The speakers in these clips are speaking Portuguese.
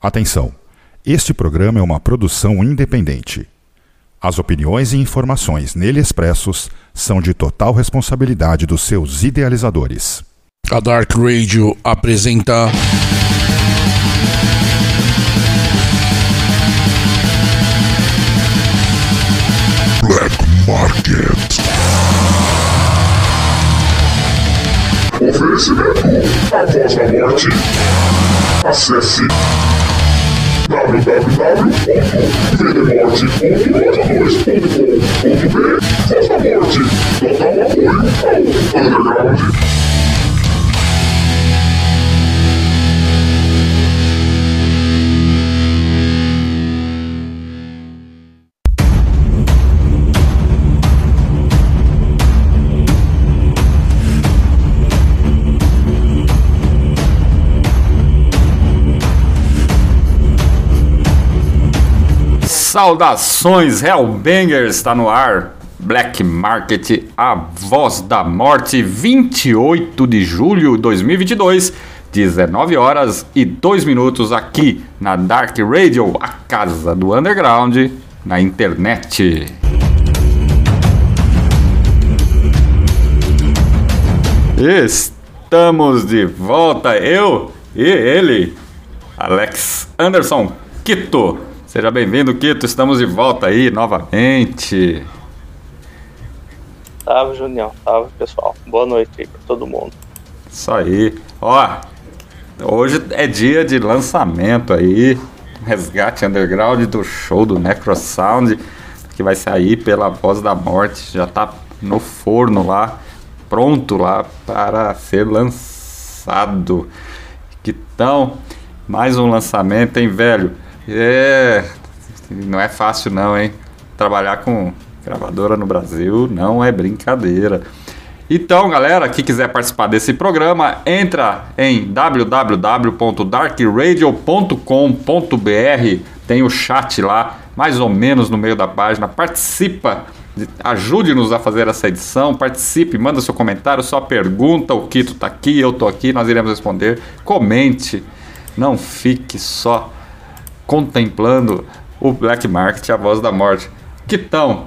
Atenção! Este programa é uma produção independente. As opiniões e informações nele expressos são de total responsabilidade dos seus idealizadores. A Dark Radio apresenta... Black Market. Oferecimento A Voz da Morte. Acesse www.vendemorte.com.br. Voz da Morte. Total apoio ao Underground. Saudações, Hellbangers, está no ar, Black Market, A Voz da Morte, 28 de julho de 2022, 19 horas e 2 minutos aqui na Dark Radio, a casa do underground, na internet. Estamos de volta, eu e ele, Alex Anderson Quito. Seja bem-vindo, Quito. Estamos de volta aí novamente. Salve, Junião. Salve, pessoal. Boa noite aí pra todo mundo. Isso aí. Ó, hoje é dia de lançamento aí. Resgate underground do show do Necrosound, que vai sair pela Voz da Morte. Já tá no forno lá, pronto lá para ser lançado. Que tal? Mais um lançamento, hein, velho? Não é fácil não, hein? Trabalhar com gravadora no Brasil não é brincadeira. Então, galera, quem quiser participar desse programa, entra em www.darkradio.com.br. Tem o chat lá, mais ou menos no meio da página. Participa, ajude-nos a fazer essa edição. Participe, manda seu comentário, sua pergunta. O Quito tá aqui, eu tô aqui, nós iremos responder. Comente, não fique só contemplando o Black Market, a Voz da Morte. Quitão,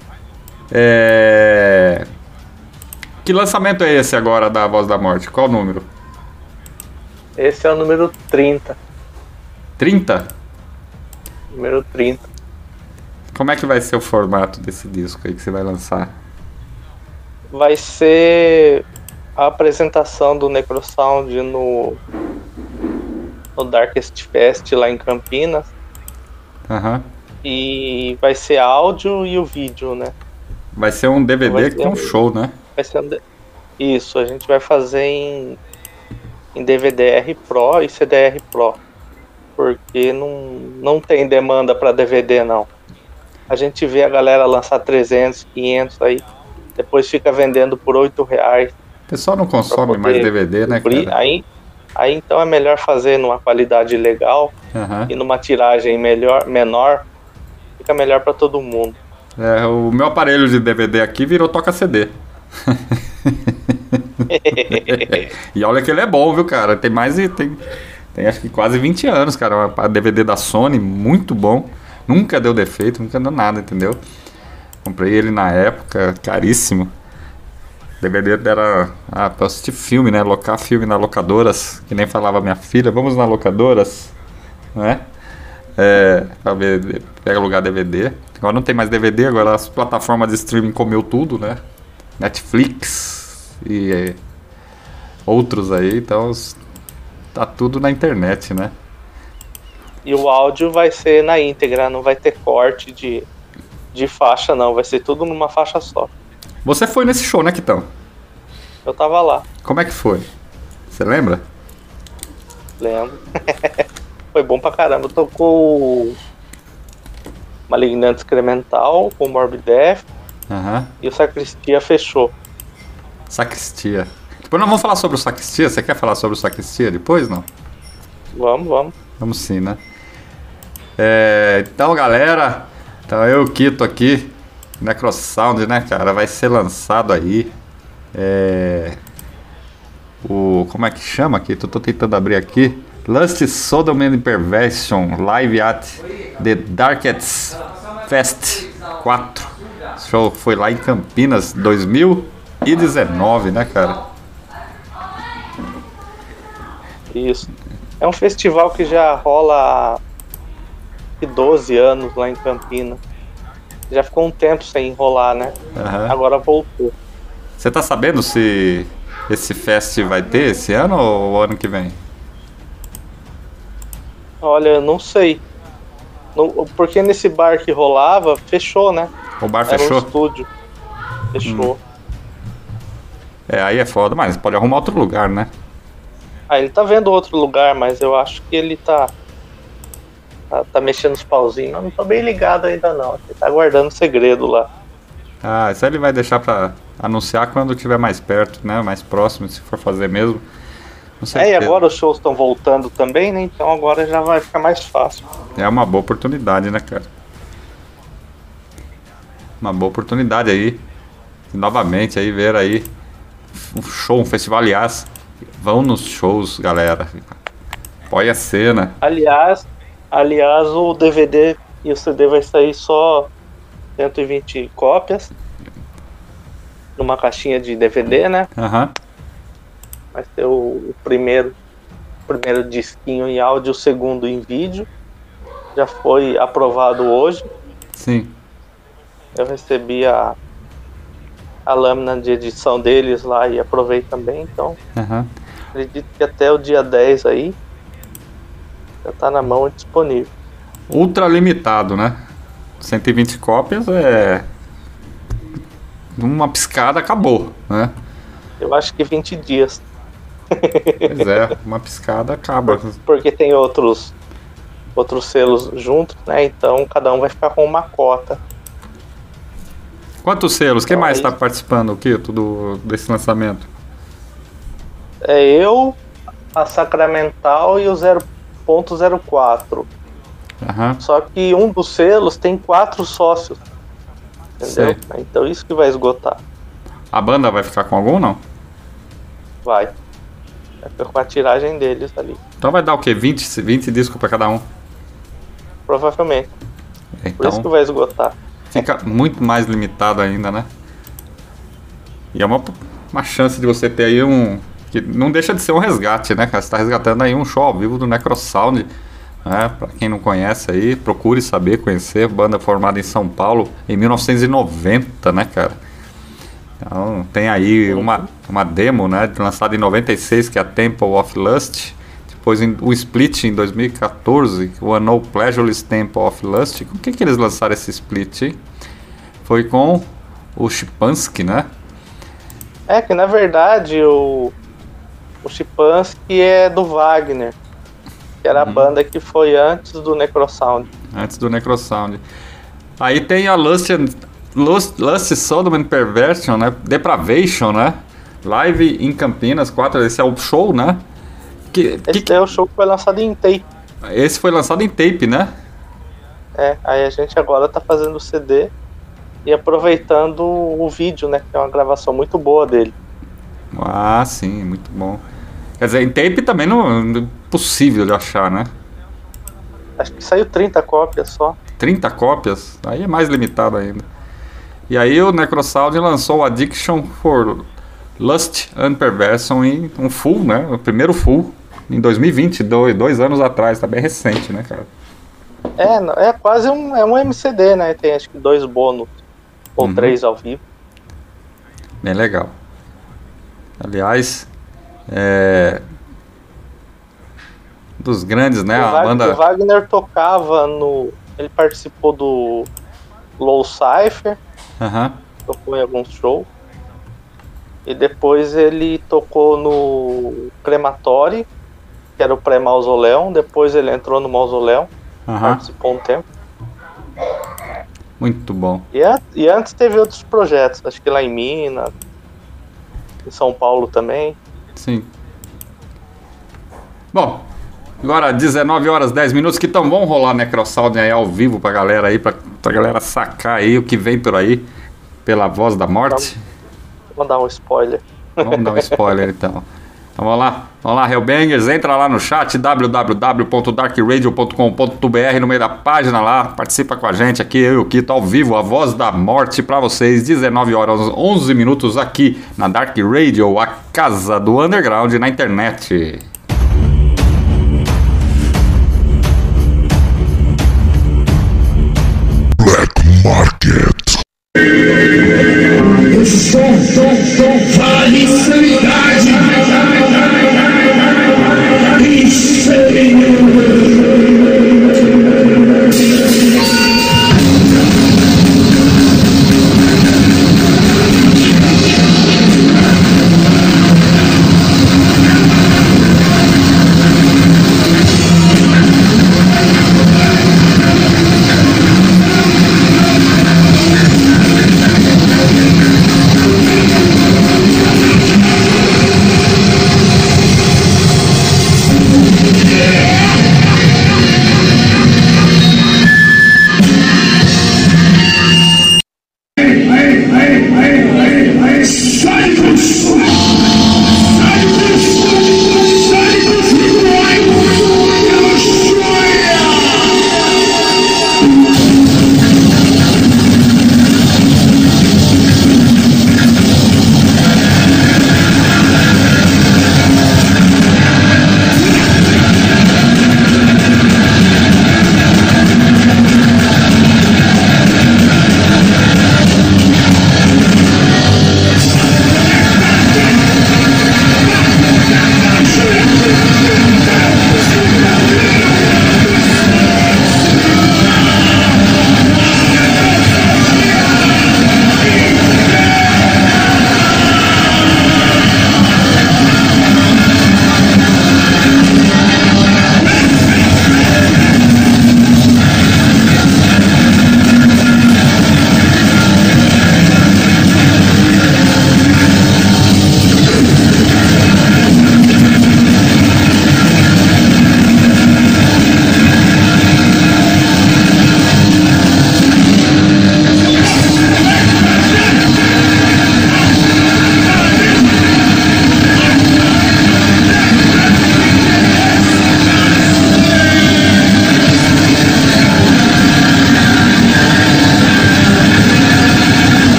que lançamento é esse agora da Voz da Morte? Qual o número? Esse é o número 30. 30? Número 30. Como é que vai ser o formato desse disco aí que você vai lançar? Vai ser a apresentação do Necrosound no Darkest Fest lá em Campinas. Uhum. E vai ser áudio e o vídeo, né? Vai ser um DVD com um show, né? Vai ser Isso, a gente vai fazer em DVD-R Pro e CDR Pro. Porque não tem demanda para DVD, não. A gente vê a galera lançar 300, 500 aí. Depois fica vendendo por R$8. O pessoal não consome mais DVD, né, cara? Aí então é melhor fazer numa qualidade legal e numa tiragem menor, fica melhor para todo mundo. O meu aparelho de DVD aqui virou toca-CD. E olha que ele é bom, viu, cara? Tem acho que quase 20 anos, cara. Um DVD da Sony, muito bom. Nunca deu defeito, nunca deu nada, entendeu? Comprei ele na época, caríssimo. DVD era pra assistir filme, né? Locar filme nas locadoras, que nem falava minha filha, vamos nas locadoras, né? Pra ver, pega lugar DVD. Agora não tem mais DVD, agora as plataformas de streaming comeu tudo, né? Netflix e outros aí, então tá tudo na internet, né? E o áudio vai ser na íntegra, não vai ter corte de faixa, não, vai ser tudo numa faixa só. Você foi nesse show, né, Quitão? Eu tava lá. Como é que foi? Você lembra? Lembro. Foi bom pra caramba. Tocou Malignante Excremental, o Morbid Death e o Sacristia fechou. Sacristia. Depois nós vamos falar sobre o Sacristia. Você quer falar sobre o Sacristia depois, não? Vamos. Vamos sim, né? Então, galera, eu, Quito aqui, Necrosound, né, cara? Vai ser lançado aí. Como é que chama aqui? Tô tentando abrir aqui Lust, Sodom and Perversion Live at The Darkest Fest 4. Esse show foi lá em Campinas, 2019, né, cara? Isso. É um festival que já rola há 12 anos lá em Campinas. Já ficou um tempo sem rolar, né? Aham. Agora voltou. Você tá sabendo se esse fest vai ter esse ano ou ano que vem? Olha, eu não sei. Porque nesse bar que rolava, fechou, né? O bar Era um fechou? estúdio. Fechou. Aí é foda, mas pode arrumar outro lugar, né? Ele tá vendo outro lugar, mas eu acho que ele tá mexendo os pauzinhos. Eu não tô bem ligado ainda não. Ele tá guardando segredo lá. Ah, isso aí ele vai deixar pra anunciar quando estiver mais perto, né? Mais próximo, se for fazer mesmo. Não sei. E agora os shows estão voltando também, né? Então agora já vai ficar mais fácil. É uma boa oportunidade, né, cara? Uma boa oportunidade aí. Novamente aí, ver aí um show, um festival, aliás. Vão nos shows, galera. Apoia a cena. Aliás, o DVD e o CD vai sair só 120 cópias. Numa caixinha de DVD, né? Aham. Vai ter o primeiro disquinho em áudio, o segundo em vídeo. Já foi aprovado hoje. Sim. Eu recebi a lâmina de edição deles lá e aprovei também. Então, Aham. acredito que até o dia 10 aí já tá na mão e disponível. Ultra limitado, né? 120 cópias é... Uma piscada acabou, né? Eu acho que 20 dias. Pois é, uma piscada acaba. Porque tem outros selos juntos, né? Então cada um vai ficar com uma cota. Quantos selos? Quem Então, mais é está isso. participando, Kito, desse lançamento? É eu, a Sacramental e o 0.04. Aham. Só que um dos selos tem 4 sócios. Entendeu? Sei. Então isso que vai esgotar. A banda vai ficar com algum, não? Vai ficar com a tiragem deles ali. Então vai dar o quê? 20 discos para cada um? Provavelmente. Por isso que Então vai esgotar. fica muito mais limitado ainda, né? E é uma chance de você ter aí que não deixa de ser um resgate, né, cara? Você tá resgatando aí um show ao vivo do Necrosound, né? Pra quem não conhece aí, procure saber, conhecer. Banda formada em São Paulo em 1990, né, cara? Então tem aí uma demo, né, lançada em 96, que é a Temple of Lust. Depois o split em 2014, o No Pleasureless Temple of Lust. Com que eles lançaram esse split, hein? Foi com o Chipansky, né? É que na verdade o Chipansky é do Wagner, que era a banda que foi antes do Necrosound. Antes do Necrosound. Aí tem a Lust, Sodom and Perversion, né? Depravation, né? Live em Campinas 4. Esse é o show, né? Esse é o show que foi lançado em tape. Esse foi lançado em tape, né? Aí a gente agora tá fazendo o CD e aproveitando o vídeo, né? Que é uma gravação muito boa dele. Ah, sim, muito bom. Quer dizer, em tape também não é possível de achar, né? Acho que saiu 30 cópias só. 30 cópias? Aí é mais limitado ainda. E aí o Necrosound lançou o Addiction for Lust and Perversion em um full, né? O primeiro full em 2020, 2 anos atrás. Tá bem recente, né, cara? É quase um MCD, né? Tem acho que 2 bônus ou 3 ao vivo. Bem legal. Aliás, dos grandes, né? A banda... O Wagner tocava ele participou do Low Cypher, Aham. tocou em alguns shows. E depois ele tocou no Crematório, que era o pré-mausoléu. Depois ele entrou no mausoléu, Aham. participou um tempo. Muito bom. E antes teve outros projetos, acho que lá em Minas, em São Paulo também. Sim. Bom, agora 19 horas 10 minutos, que então vão rolar Necrosound aí ao vivo pra galera aí, pra galera sacar aí o que vem por aí, pela voz da morte. Vou dar um spoiler. Vamos dar um spoiler então. Então vamos lá, Hellbangers, entra lá no chat, www.darkradio.com.br, no meio da página lá, participa com a gente aqui, eu e o Kito, ao vivo, a voz da morte pra vocês, 19 horas, 11 minutos aqui na Dark Radio, a casa do underground na internet. Black Market. Fale sanidade.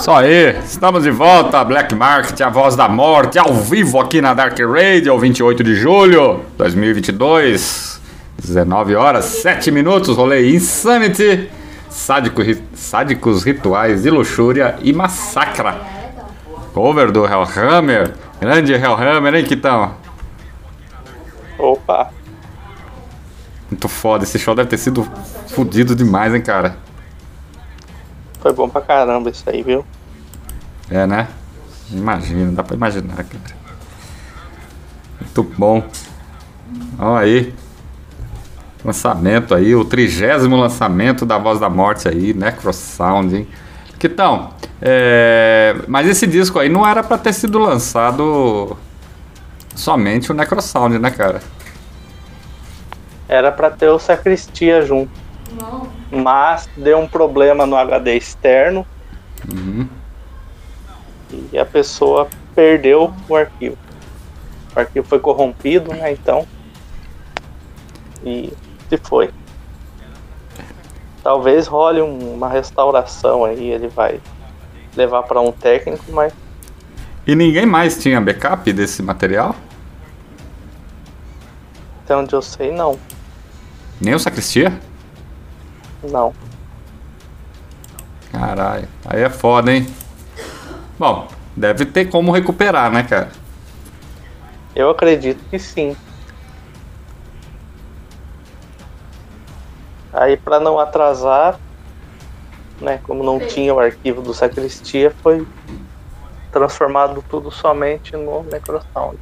Isso aí, estamos de volta, Black Market, a voz da morte, ao vivo aqui na Dark Radio, 28 de julho de 2022, 19 horas, 7 minutos, rolê Insanity, sádicos rituais de luxúria e massacra. Cover do Hellhammer, grande Hellhammer, hein, Kitão? Opa, Muito foda, esse show deve ter sido fudido demais, hein, cara? foi bom pra caramba isso aí, viu? É, né? Imagina, dá pra imaginar, cara. Muito bom. Olha aí. Lançamento aí, o 30º lançamento da Voz da Morte aí, Necrosound, hein? Kitão, mas esse disco aí não era pra ter sido lançado somente o Necrosound, né, cara? Era pra ter o Sacristia junto. Mas deu um problema no HD externo. E a pessoa perdeu o arquivo. O arquivo foi corrompido, né? Então. E se foi. Talvez role uma restauração aí. Ele vai levar para um técnico, mas. E ninguém mais tinha backup desse material? Até onde eu sei, não. Nem o Sacristia? Não. Caralho, aí é foda, hein? Bom, deve ter como recuperar, né, cara? Eu acredito que sim. Aí, para não atrasar, né, como não tinha o arquivo do Sacristia, foi transformado tudo somente no Necrosound.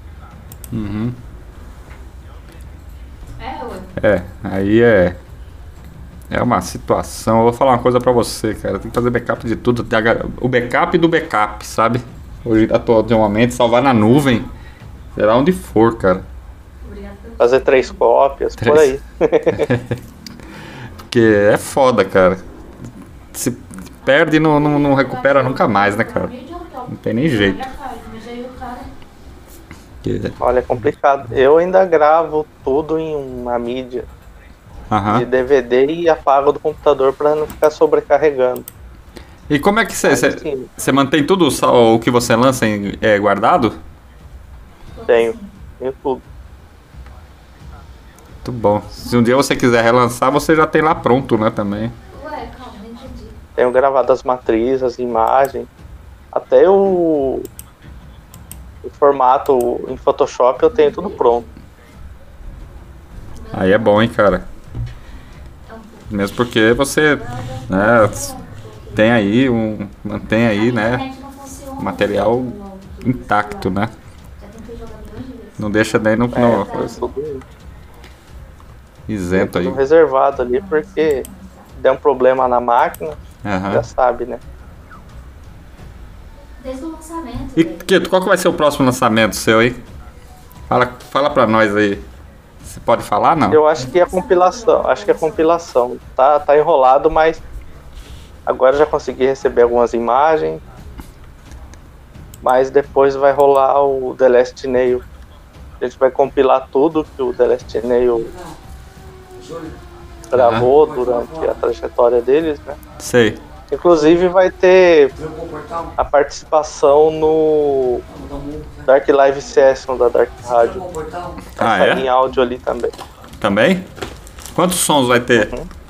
Aí é uma situação. Eu vou falar uma coisa pra você, cara. Tem que fazer backup de tudo. O backup do backup, sabe? Hoje, atualmente, salvar na nuvem. Será onde for, cara. Fazer 3 cópias, por aí. Porque é foda, cara. Se perde e não recupera nunca mais, né, cara? Não tem nem jeito. Olha, é complicado. Eu ainda gravo tudo em uma mídia de DVD e apago do computador para não ficar sobrecarregando. E como é que você mantém tudo o que você lança guardado? Tenho tudo. Muito bom. Se um dia você quiser relançar, você já tem lá pronto, né, também. Tenho gravado as matrizes, as imagens, até o formato em Photoshop eu tenho tudo pronto. Aí é bom, hein, cara. Mesmo porque você, né, mantém aí, né, o material intacto, né? Não deixa nem Tudo isento aí. reservado ali, porque der um problema na máquina, já sabe, né? Desde o lançamento. E Kito, qual que vai ser o próximo lançamento seu aí? Fala pra nós aí. Você pode falar, não? Eu acho que é compilação. Tá enrolado, mas agora já consegui receber algumas imagens. Mas depois vai rolar o The Last Nail. A gente vai compilar tudo que o The Last Nail gravou durante a trajetória deles, né? Sei. Inclusive vai ter a participação no Dark Live Session da Dark Radio. Ah, Vai sair em áudio ali também. Também? Quantos sons vai ter?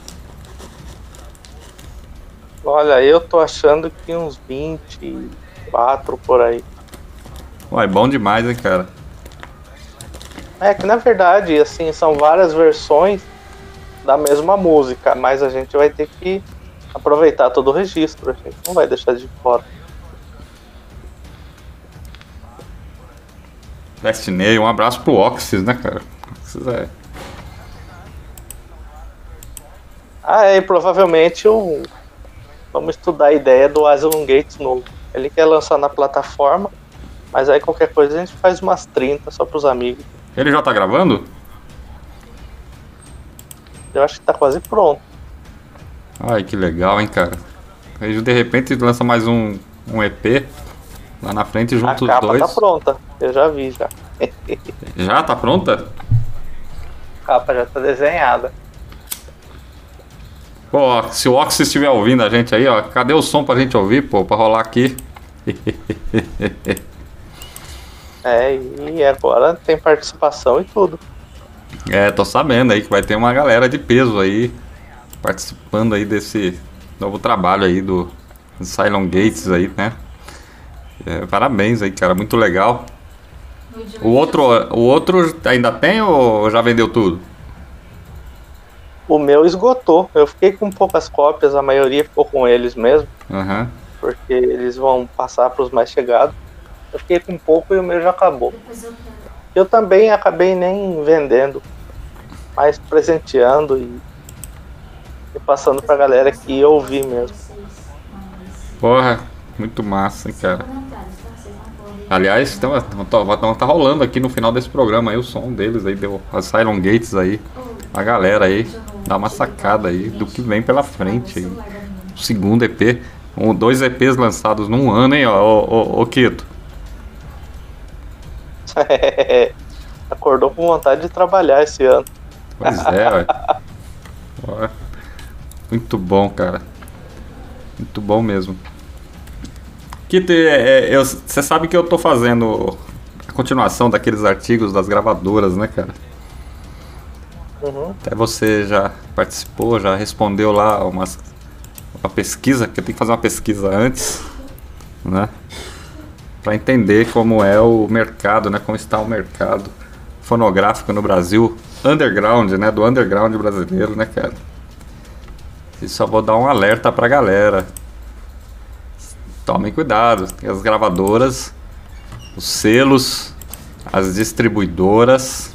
Olha, eu tô achando que uns 24 por aí. Ué, bom demais, hein, cara? É que na verdade, assim, são várias versões da mesma música, mas a gente vai ter que aproveitar todo o registro, a gente não vai deixar de fora. Destiny, um abraço pro Oxys, né, cara? Oxys E provavelmente vamos estudar a ideia do Asylum Gates novo. Ele quer lançar na plataforma, mas aí qualquer coisa a gente faz umas 30 só pros amigos. Ele já tá gravando? Eu acho que tá quase pronto. Ai, que legal, hein, cara. Aí de repente lança mais um EP lá na frente junto os dois. A capa dois. tá pronta, eu já vi já. Já tá pronta? A capa já tá desenhada. Pô, se o Oxys estiver ouvindo a gente aí, ó, cadê o som pra gente ouvir, pô, pra rolar aqui? E agora tem participação e tudo. Tô sabendo aí que vai ter uma galera de peso aí participando aí desse novo trabalho aí do Cylon Gates aí, né? Parabéns aí, cara, muito legal. O outro ainda tem ou já vendeu tudo? O meu esgotou. Eu fiquei com poucas cópias, a maioria ficou com eles mesmo. Aham. Porque eles vão passar para os mais chegados. Eu fiquei com pouco e o meu já acabou. Eu também acabei nem vendendo, mas presenteando e passando pra galera que ia ouvir mesmo. Porra, muito massa, hein, cara. Aliás, tá rolando aqui no final desse programa aí o som deles aí, deu a Cylon Gates aí. A galera aí, dá uma sacada aí do que vem pela frente aí. O segundo EP, 2 EPs lançados num ano, hein, ó, Quito. Acordou com vontade de trabalhar esse ano. Pois é, ué. Ó, muito bom, cara. Muito bom mesmo. Quito, você sabe que eu tô fazendo a continuação daqueles artigos das gravadoras, né, cara? Uhum. Até você já participou, já respondeu lá uma pesquisa, que eu tenho que fazer uma pesquisa antes, né? Para entender como é o mercado, né? Como está o mercado fonográfico no Brasil, underground, né? Do underground brasileiro, né, cara? E só vou dar um alerta pra galera. Tomem cuidado, as gravadoras, os selos, as distribuidoras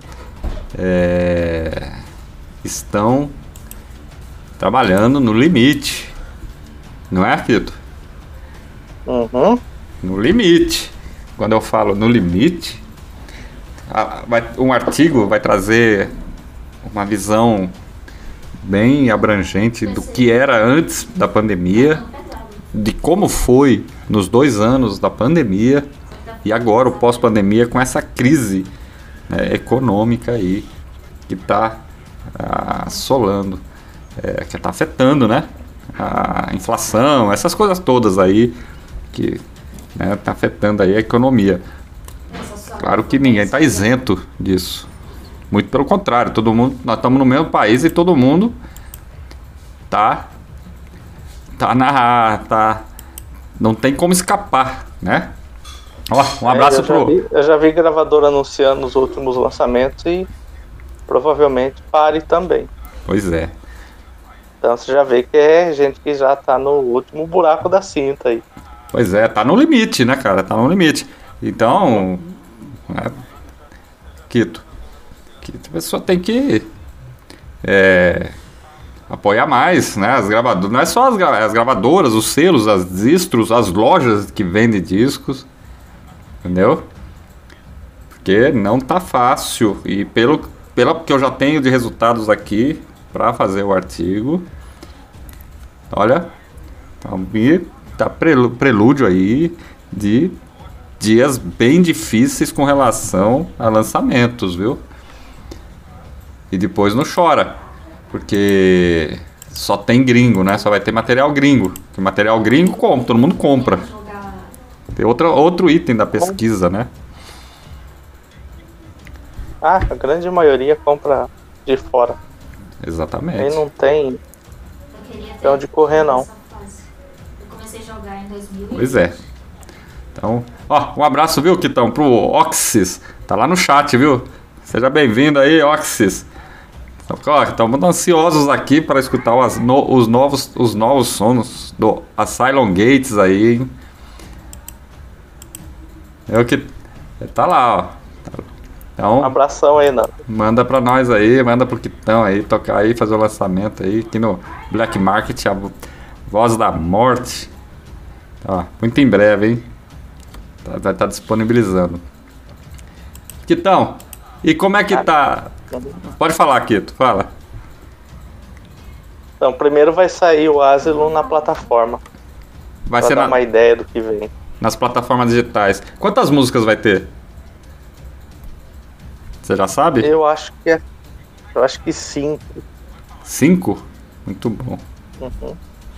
estão trabalhando no limite, não é, Fito? Uhum. No limite. Quando eu falo no limite, um artigo vai trazer uma visão bem abrangente do que era antes da pandemia, de como foi nos 2 anos da pandemia e agora o pós-pandemia com essa crise, né, econômica aí que está assolando, que está afetando, né, a inflação, essas coisas todas aí que está afetando aí a economia. Claro que ninguém está isento disso. Muito pelo contrário, todo mundo, nós estamos no mesmo país e todo mundo não tem como escapar, né? Ó, um abraço eu já vi gravador anunciando os últimos lançamentos e provavelmente pare também. Pois é. Então você já vê que é gente que já tá no último buraco da cinta aí. Pois é, tá no limite, né, cara? Tá no limite. Então, Quito, a pessoa tem que apoiar mais, né? As gravadoras, não é só as gravadoras, os selos, as distros, as lojas que vendem discos, entendeu? Porque não tá fácil. E pelo que eu já tenho de resultados aqui para fazer o artigo, olha, tá prelúdio aí de dias bem difíceis com relação a lançamentos, viu? E depois não chora, porque só tem gringo, né? Só vai ter material gringo. Porque material gringo todo mundo compra. Tem outro item da pesquisa, né? A grande maioria compra de fora. Exatamente. Aí não tem pra onde correr, não. Eu comecei a jogar em 2000. Pois é. Então, ó, um abraço, viu, Quitão, pro Oxys. Tá lá no chat, viu? Seja bem-vindo aí, Oxys. Estamos ansiosos aqui para escutar os novos sons do Cylon Gates aí, hein? Tá lá, ó. Então, Um abração aí, Nando. manda pra nós aí, manda pro Quitão aí, tocar aí, fazer o lançamento aí, aqui no Black Market, a Voz da Morte. Ó, muito em breve, hein? Vai estar disponibilizando. Quitão, e como é que tá? Pode falar, Quito, fala. Então, primeiro vai sair o Asylum na plataforma. Vai Pra ser dar uma ideia do que vem. nas plataformas digitais. Quantas músicas vai ter? Você já sabe? Eu acho que 5. 5? Muito bom. Uhum.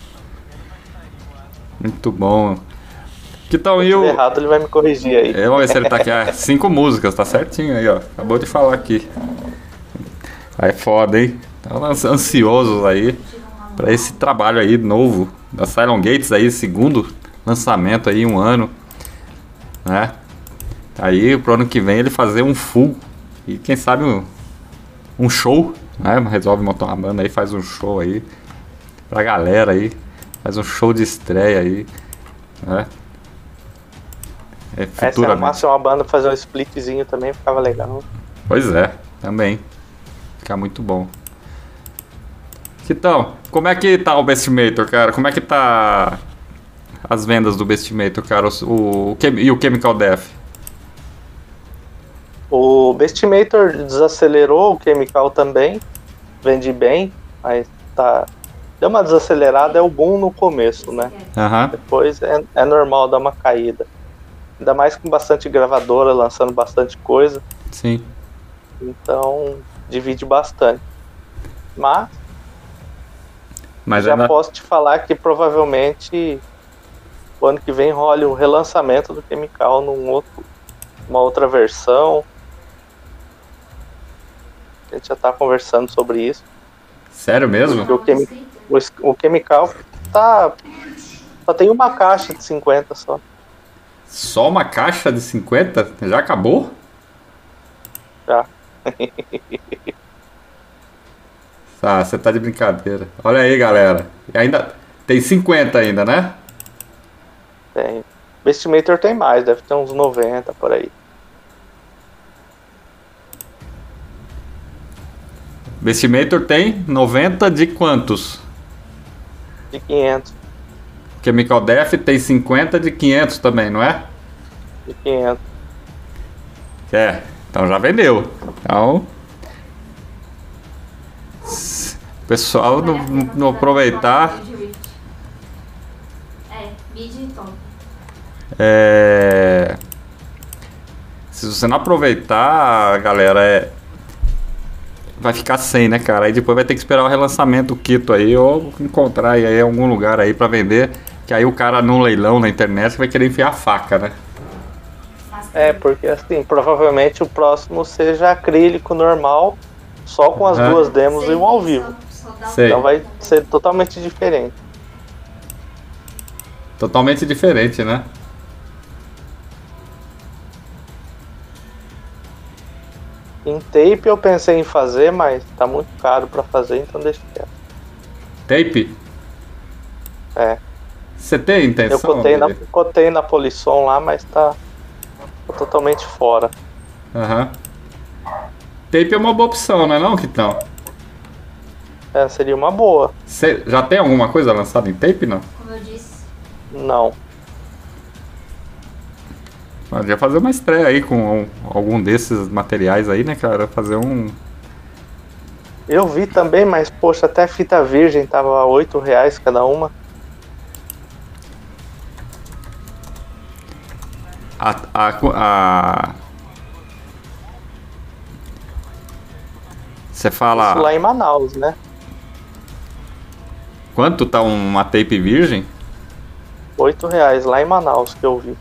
Muito bom. Que tal Se eu? tiver errado, ele vai me corrigir aí. Vamos ver se ele tá aqui. 5 músicas, tá certinho aí, ó. Acabou de falar aqui. Aí é foda, hein? Estão ansiosos aí pra esse trabalho aí novo da Silent Gates aí, segundo lançamento aí, 1 ano, né? Aí pro ano que vem ele fazer um full e quem sabe um show, né? Resolve montar uma banda aí, faz um show aí pra galera aí, faz um show de estreia aí, né? Essa é Futuramente. massa, uma banda fazer um splitzinho também, ficava legal. Pois é, também. Fica muito bom. Então, como é que tá o Bestimator, cara? Como é que tá as vendas do Bestimator, cara? E o Chemical Death? O Bestimator desacelerou, o Chemical também, vende bem, mas tá... Deu uma desacelerada, é o boom no começo, né? Aham, Depois é normal dar uma caída. Ainda mais com bastante gravadora, lançando bastante coisa. sim. Então, divide bastante. Mas já ainda... posso te falar que provavelmente o ano que vem role um relançamento do Chemical uma outra versão. A gente já tá conversando sobre isso. Sério mesmo? Porque o Chemical só tem uma caixa de 50 só. Só uma caixa de 50? Já acabou? Já. Tá, você tá de brincadeira. Olha aí, galera. E ainda tem 50 ainda, né? Tem. Bestimator tem mais, deve ter uns 90 por aí. Bestimator tem 90 de quantos? De 500. Chemical Death tem 50 de 500 também, não é? De 500. Então já vendeu. Então, o pessoal não aproveitar. Mid e top. Se você não aproveitar, galera, vai ficar sem, né, cara? Aí depois vai ter que esperar o relançamento do Quito aí, ou encontrar aí em algum lugar aí pra vender. Que aí o cara num leilão na internet vai querer enfiar a faca, né? Porque assim, provavelmente o próximo seja acrílico normal, só com as duas demos e um ao vivo. Sei. Então vai ser totalmente diferente. Totalmente diferente, né? Em tape eu pensei em fazer, mas tá muito caro pra fazer, então deixa quieto. Tape? Você tem Eu intenção? cotei na Polisson lá, mas tá totalmente fora. Aham. Tape é uma boa opção, não é não, Kitão? Seria uma boa. Você já tem alguma coisa lançada em tape, não? Como eu disse. Não. Podia fazer uma estreia aí com algum desses materiais aí, né, cara? Fazer um... Eu vi também, mas poxa, até fita virgem tava R$8 cada uma. Você fala... Isso lá em Manaus, né? Quanto tá uma tape virgem? R$8 lá em Manaus que eu vi.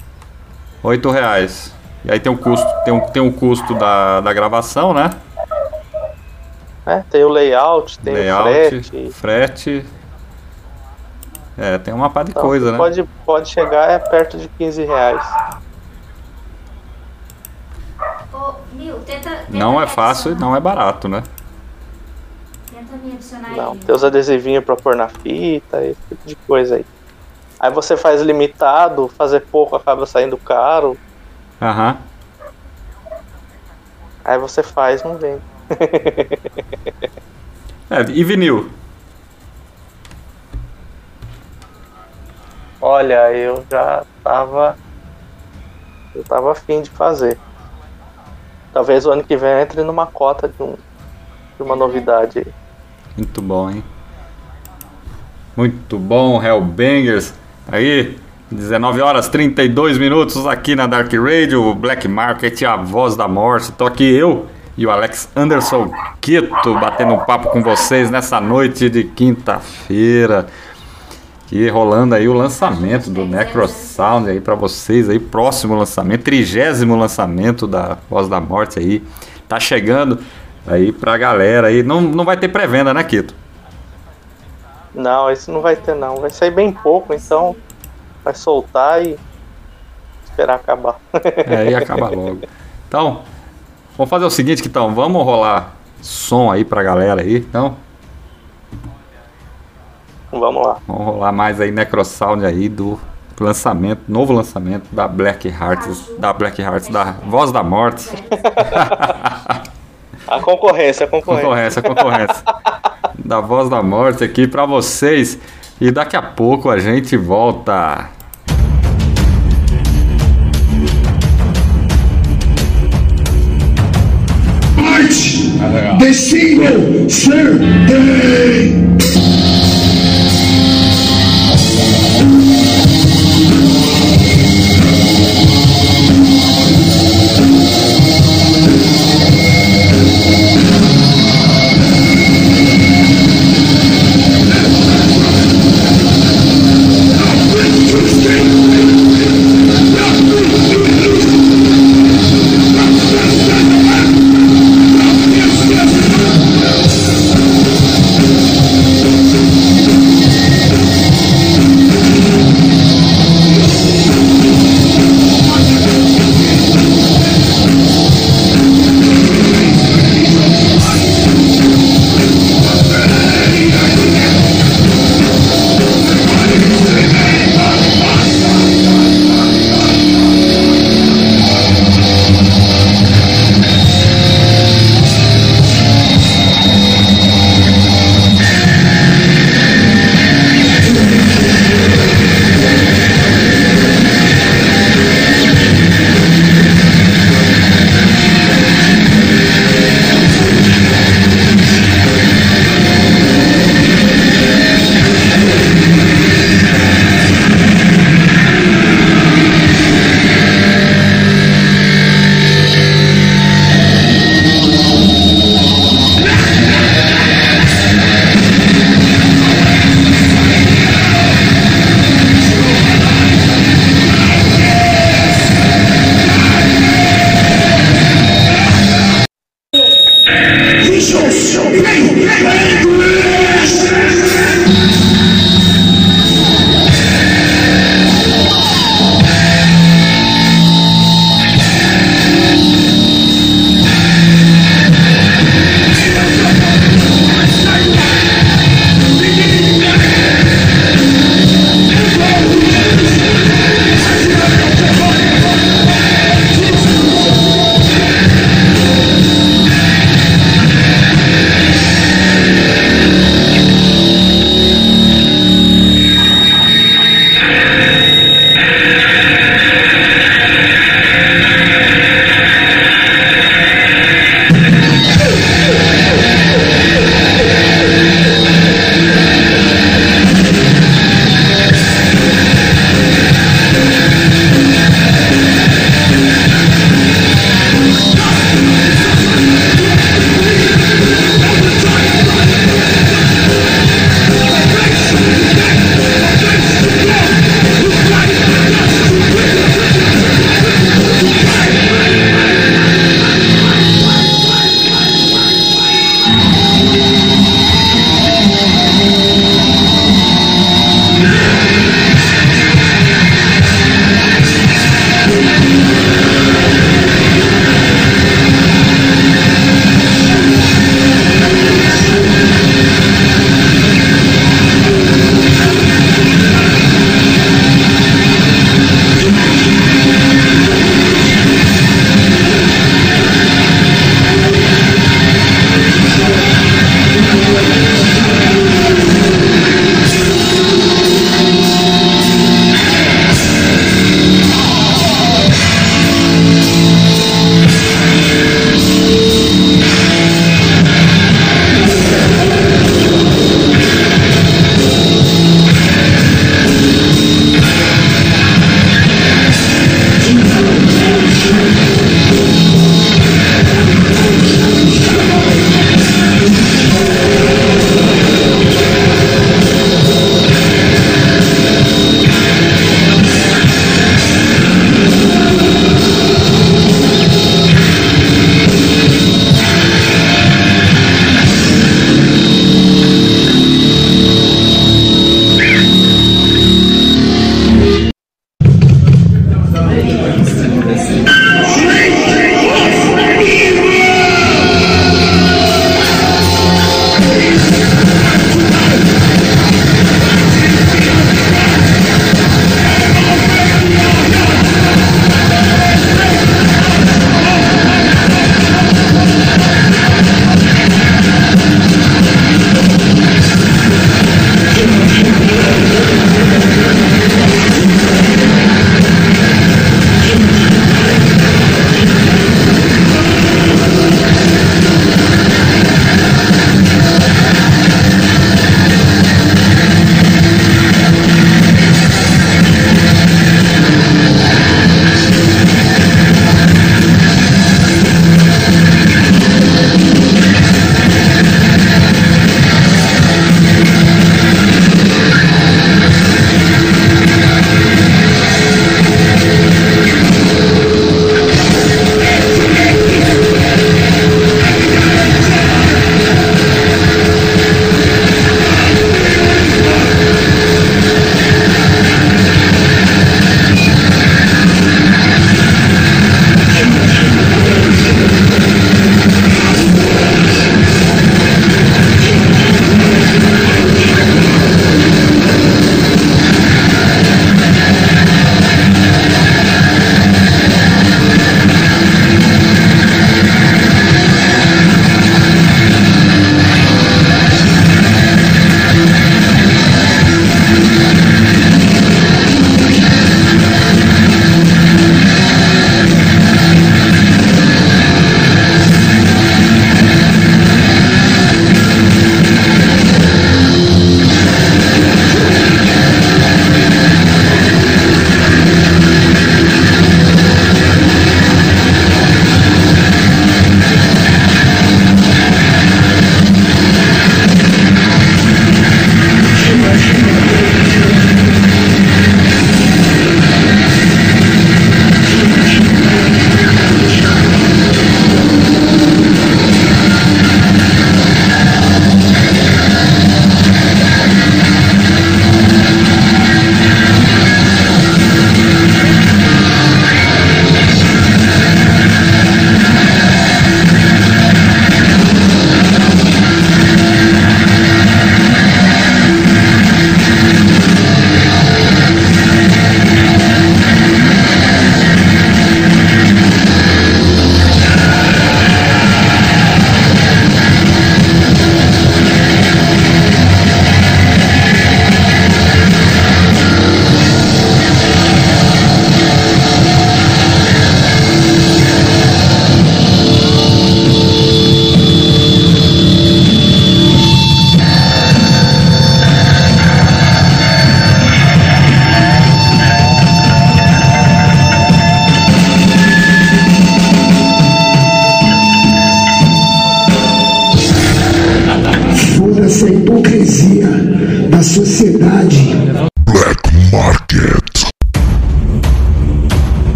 R$8. E aí tem o custo, tem o custo da gravação, né? Tem o layout, tem o frete. Tem uma pá de então, coisa, né? Pode chegar perto de R$15. Ô, Nil, tenta Não me é fácil e adicionar. não é barato, né? Tenta me adicionar Não, aí. tem os adesivinhos pra pôr na fita, esse tipo de coisa aí. Aí você faz limitado, fazer pouco acaba saindo caro. Aham. Aí você faz, não vende. E vinil? Olha, eu tava afim de fazer. Talvez o ano que vem eu entre numa cota de uma novidade aí. Muito bom, hein? Muito bom, Hellbangers. Aí, 19h32 aqui na Dark Radio, Black Market, a voz da morte. Tô aqui eu e o Alex Anderson Quito batendo um papo com vocês nessa noite de quinta-feira. E rolando aí o lançamento do Necrosound aí pra vocês aí, próximo lançamento, 30º lançamento da Voz da Morte aí. Tá chegando aí pra galera aí. Não vai ter pré-venda, né, Quito? Não, esse não vai ter não. Vai sair bem pouco, então vai soltar e esperar acabar. E acaba logo. Então, vamos fazer o seguinte, então, vamos rolar som aí pra galera aí, então. Vamos lá. Vamos rolar mais aí Necrosound aí do lançamento, novo lançamento da Black Hearts, da Voz da Morte. A concorrência. Concorrência. Da Voz da Morte aqui pra vocês. E daqui a pouco a gente volta. Destino ser day.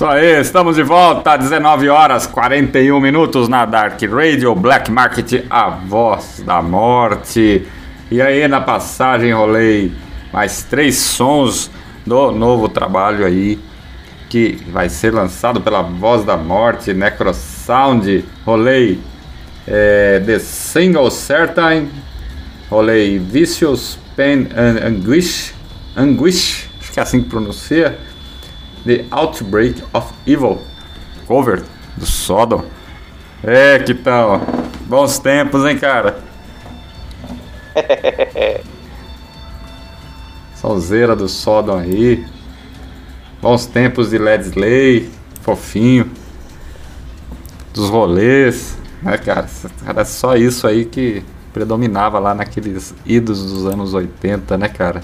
aí, estamos de volta, 19 horas 41 minutos na Dark Radio, Black Market, a voz da morte. E aí, na passagem, rolei mais 3 sons do novo trabalho aí, que vai ser lançado pela Voz da Morte, Necrosound. Rolei The Single Certain, rolei Vicious Pain and Anguish, acho que é assim que pronuncia, The Outbreak of Evil, cover do Sodom. Que tal? Bons tempos, hein, cara? Sonzeira do Sodom aí. Bons tempos de Led Slay, fofinho. Dos rolês, né, cara? Era só isso aí que predominava lá naqueles idos dos anos 80, né, cara?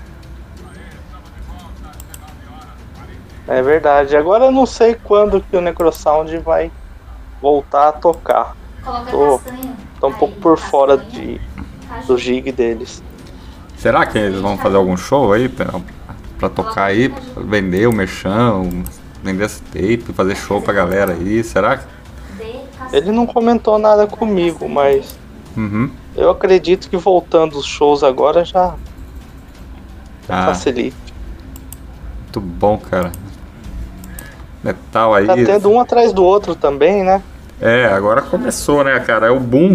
É verdade. Agora eu não sei quando que o Necrosound vai voltar a tocar. Coloca Tô castanha. um pouco Aí, por fora castanha, do gig deles. Será que eles vão fazer algum show aí pra tocar aí, pra vender o merchan, vender esse tape, fazer show pra galera aí? Será que... Ele não comentou nada comigo, mas eu acredito que voltando os shows agora já facilita. Muito bom, cara. Metal aí. Tá tendo um atrás do outro também, né? Agora começou, né, cara? É o boom.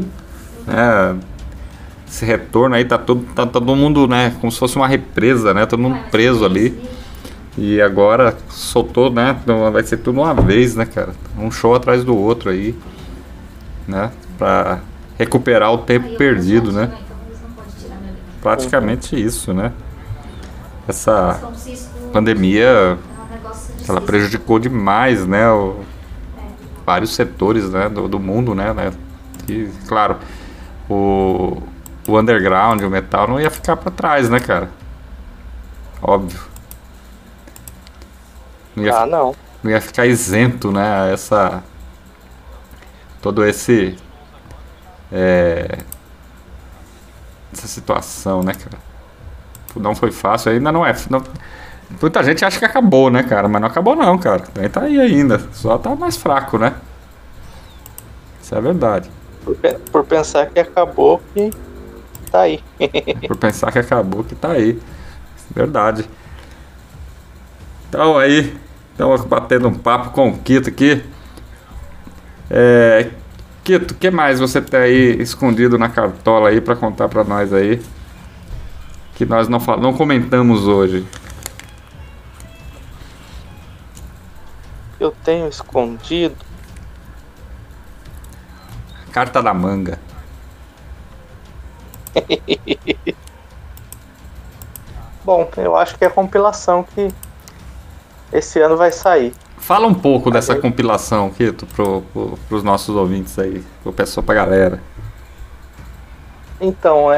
Esse retorno aí tá todo mundo, né? Como se fosse uma represa, né? Todo mundo preso ali. E agora soltou, né? Vai ser tudo uma vez, né, cara? Um show atrás do outro aí, né? Pra recuperar o tempo perdido, né? Praticamente isso, né? Essa pandemia, ela prejudicou demais, né? Vários setores, né? Do mundo, né? E, claro, o underground, o metal não ia ficar pra trás, né, cara? Óbvio. Não ia ficar isento, né? Todo essa situação, né, cara? Não foi fácil, ainda não é. Muita gente acha que acabou, né, cara? Mas não acabou não, cara. Também tá aí ainda. Só tá mais fraco, né? Isso é verdade. Por pensar que acabou, que tá aí. Por pensar que acabou, que tá aí. Verdade. Então aí, estamos batendo um papo com o Kito aqui. Kito, o que mais você tem aí escondido na cartola aí pra contar pra nós aí? Que nós não comentamos hoje. Eu tenho escondido. Carta da manga. Bom, eu acho que é a compilação que esse ano vai sair. Fala um pouco dessa compilação, Kito, pros nossos ouvintes aí, pro pessoal, pra galera. Então,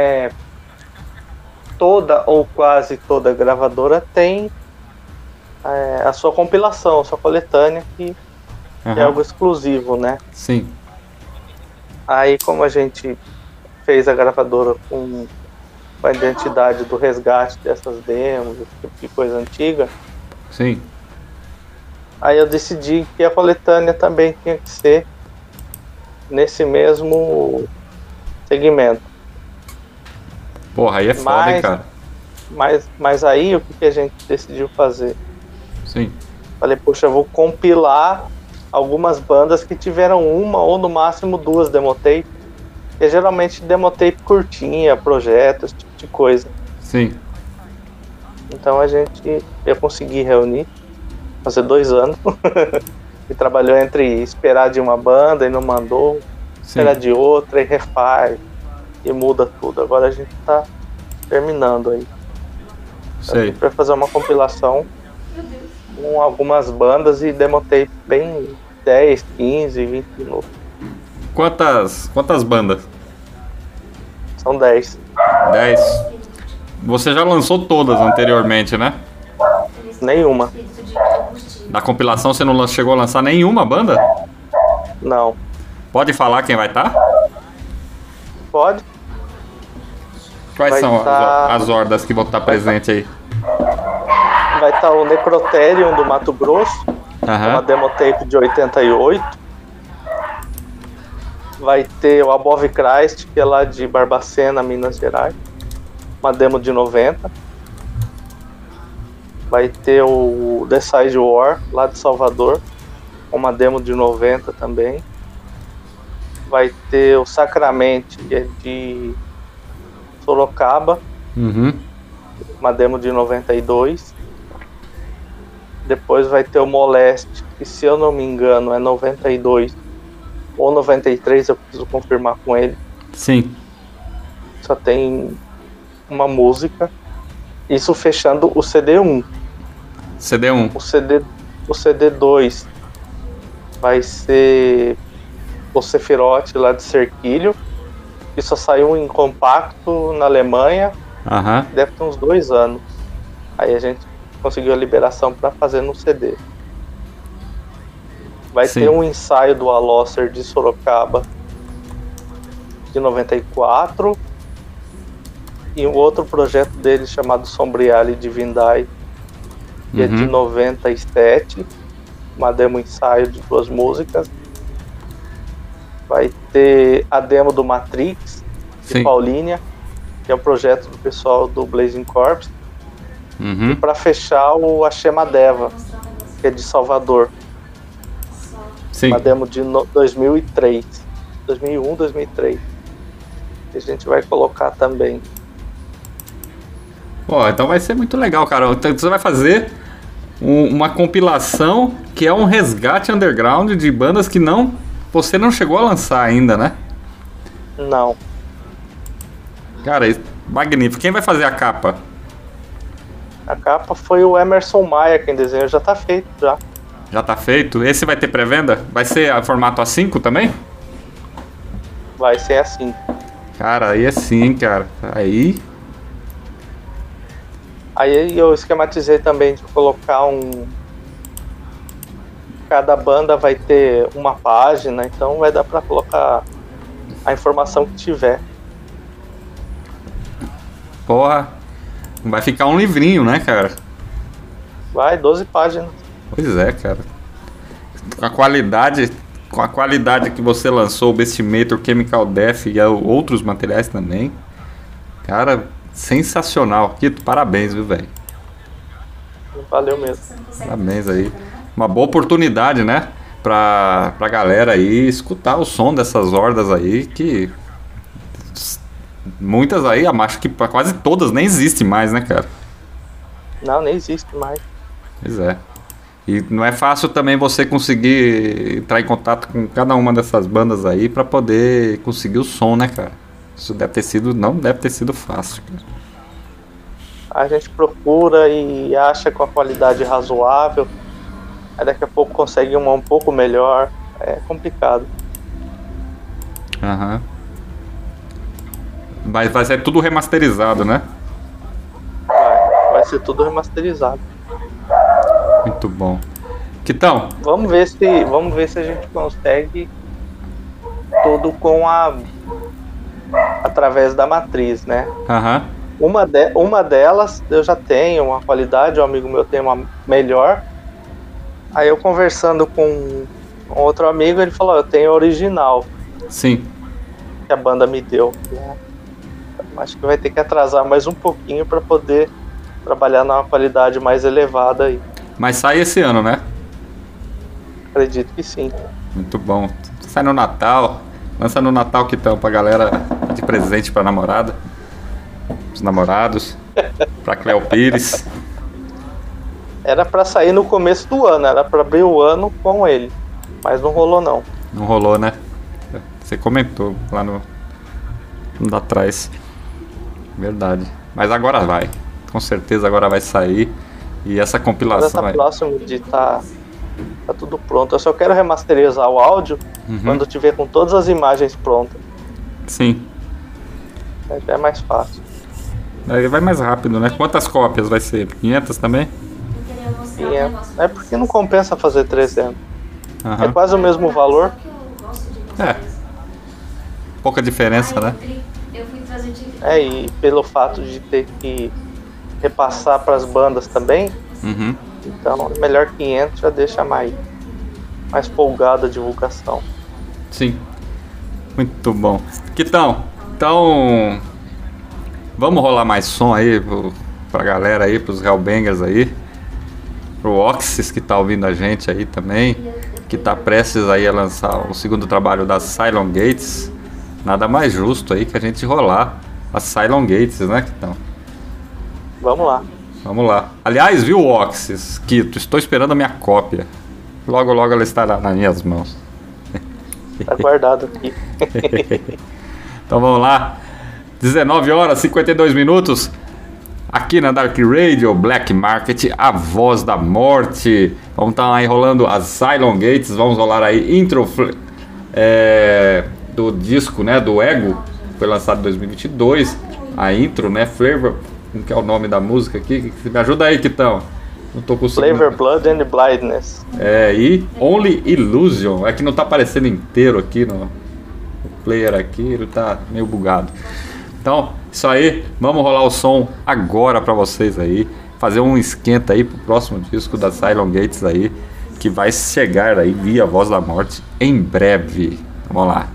toda ou quase toda gravadora tem a sua compilação, a sua coletânea, que é algo exclusivo, né? Sim. Aí, como a gente fez a gravadora com a identidade do resgate dessas demos, esse tipo de coisa antiga, sim. Aí eu decidi que a coletânea também tinha que ser nesse mesmo segmento. Porra, aí é foda, hein, cara? Mas aí o que a gente decidiu fazer? Sim. Falei, poxa, eu vou compilar algumas bandas que tiveram uma ou no máximo 2 demotape. Que é geralmente demotape curtinha, projeto, esse tipo de coisa. Sim. Então eu consegui reunir, fazer 2 anos. E trabalhou entre esperar de uma banda e não mandou, esperar de outra e refaz. E muda tudo. Agora a gente tá terminando aí. Sei. A gente vai fazer uma compilação com algumas bandas e demotape bem 10, 15, 20 minutos. Quantas bandas? São 10. 10. Você já lançou todas anteriormente, né? Nenhuma. Na compilação você não chegou a lançar nenhuma banda? Não. Pode falar quem vai estar? Pode. Quais são as hordas que vão estar presentes aí? Vai estar o Necrotherium do Mato Grosso. uma Aham. demo tape de 88. Vai ter o Above Christ, que é lá de Barbacena, Minas Gerais, uma demo de 90. Vai ter o The Side War, lá de Salvador, uma demo de 90 também. Vai ter o Sacramente, que é de Sorocaba, Uhum. uma demo de 92. Depois vai ter o Moleste, que se eu não me engano é 92 ou 93, eu preciso confirmar com ele. Sim. Só tem uma música. Isso fechando o CD1. CD1. O CD2 vai ser o Sephiroth lá de Cerquilho, que só saiu em compacto na Alemanha, Aham. deve ter uns 2 anos. Aí a gente conseguiu a liberação para fazer no CD. Vai Sim. ter um ensaio do Alosser de Sorocaba de 94 e um outro projeto dele chamado Sombriale Divindai, que é de Uhum. 97, uma demo ensaio de 2 músicas. Vai ter a demo do Matrix, de Sim. Paulínia, que é um projeto do pessoal do Blazing Corps. Uhum. Para fechar, o Ashema Deva, que é de Salvador, Sim. uma demo de 2003, 2001, 2003, que a gente vai colocar também. Pô, então vai ser muito legal, cara. Então você vai fazer uma compilação que é um resgate underground de bandas que você não chegou a lançar ainda, né? Não, Cara, magnífico. Quem vai fazer a capa? a capa foi o Emerson Maia quem desenhou, já tá feito já. Já tá feito? Esse vai ter pré-venda? Vai ser a formato A5 também? Vai ser assim. Cara, aí é sim, cara. Aí. Aí eu esquematizei também de colocar um... Cada banda vai ter uma página, então vai dar pra colocar a informação que tiver. Porra. Vai ficar um livrinho, né, cara? Vai, 12 páginas. Pois é, cara. Com a qualidade que você lançou, o Bestimator, Chemical Death e outros materiais também. Cara, sensacional. Kito, parabéns, viu, velho? Valeu mesmo. Você não consegue Parabéns aí. Uma boa oportunidade, né? Pra galera aí escutar o som dessas hordas aí, que muitas aí, acho que quase todas nem existem mais, né, cara? Não, nem existe mais. Pois é. E não é fácil também você conseguir entrar em contato com cada uma dessas bandas aí pra poder conseguir o som, né, cara? Isso não deve ter sido fácil, cara. A gente procura e acha com a qualidade razoável. Aí daqui a pouco consegue uma um pouco melhor. É complicado. Aham. Mas vai ser tudo remasterizado, né? Vai ser tudo remasterizado. Muito bom. Quitão, Vamos ver se a gente consegue tudo com através da matriz, né? aham. Uma delas eu já tenho uma qualidade, um amigo meu tem uma melhor. Aí eu conversando com outro amigo, ele falou, eu tenho a original Sim. que a banda me deu. Acho que vai ter que atrasar mais um pouquinho para poder trabalhar numa qualidade mais elevada aí. Mas sai esse ano, né? Acredito que sim. Muito bom. Sai no Natal. Lança no Natal, Quitão, pra galera de presente pra namorada. Os namorados. Pra Cleo Pires. Era para sair no começo do ano, era para abrir o ano com ele, mas não rolou não. Não rolou, né? Você comentou lá no atrás. Verdade. Mas agora vai. Com certeza agora vai sair. E essa Agora compilação tá aí. próximo de tá tudo pronto. Eu só quero remasterizar o áudio quando tiver com todas as imagens prontas. Sim. Aí já é mais fácil. Aí vai mais rápido, né? Quantas cópias vai ser? 500 também? Eu queria mostrar E um negócio é porque não compensa fazer 300. É Aham. quase o mesmo valor. que eu gosto de É. vocês. Pouca diferença, né? Eu fui trazer de... E pelo fato de ter que repassar para as bandas também, Uhum. Então, melhor 500 já deixa mais folgada a divulgação. Sim. Muito bom. Então, vamos rolar mais som aí pra galera aí, pros Hellbangers aí. Pro Oxys que tá ouvindo a gente aí também, que tá prestes aí a lançar o segundo trabalho da Cylon Gates. Nada mais justo aí que a gente rolar a Cylon Gates, né, então? Vamos lá. Vamos lá. Aliás, viu, Oxys, Quito, estou esperando a minha cópia. Logo, logo ela estará nas minhas mãos. Tá guardado aqui. Então vamos lá. 19 horas e 52 minutos. Aqui na Dark Radio, Black Market, a voz da morte. Vamos estar aí rolando as Cylon Gates. Vamos rolar aí intro do disco, né, do Ego. Foi lançado em 2022. A intro, né, Flavor. Como que é o nome da música aqui? Me ajuda aí, Kitão. Não tô conseguindo. Flavor, Blood and Blindness. E Only Illusion. É que não tá aparecendo inteiro aqui no player aqui. Ele tá meio bugado. Então, isso aí. Vamos rolar o som agora pra vocês aí. Fazer um esquenta aí pro próximo disco da Cylon Gates aí. Que vai chegar aí via Voz da Morte em breve. Vamos lá.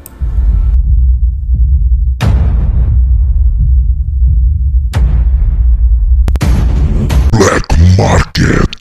Black Market.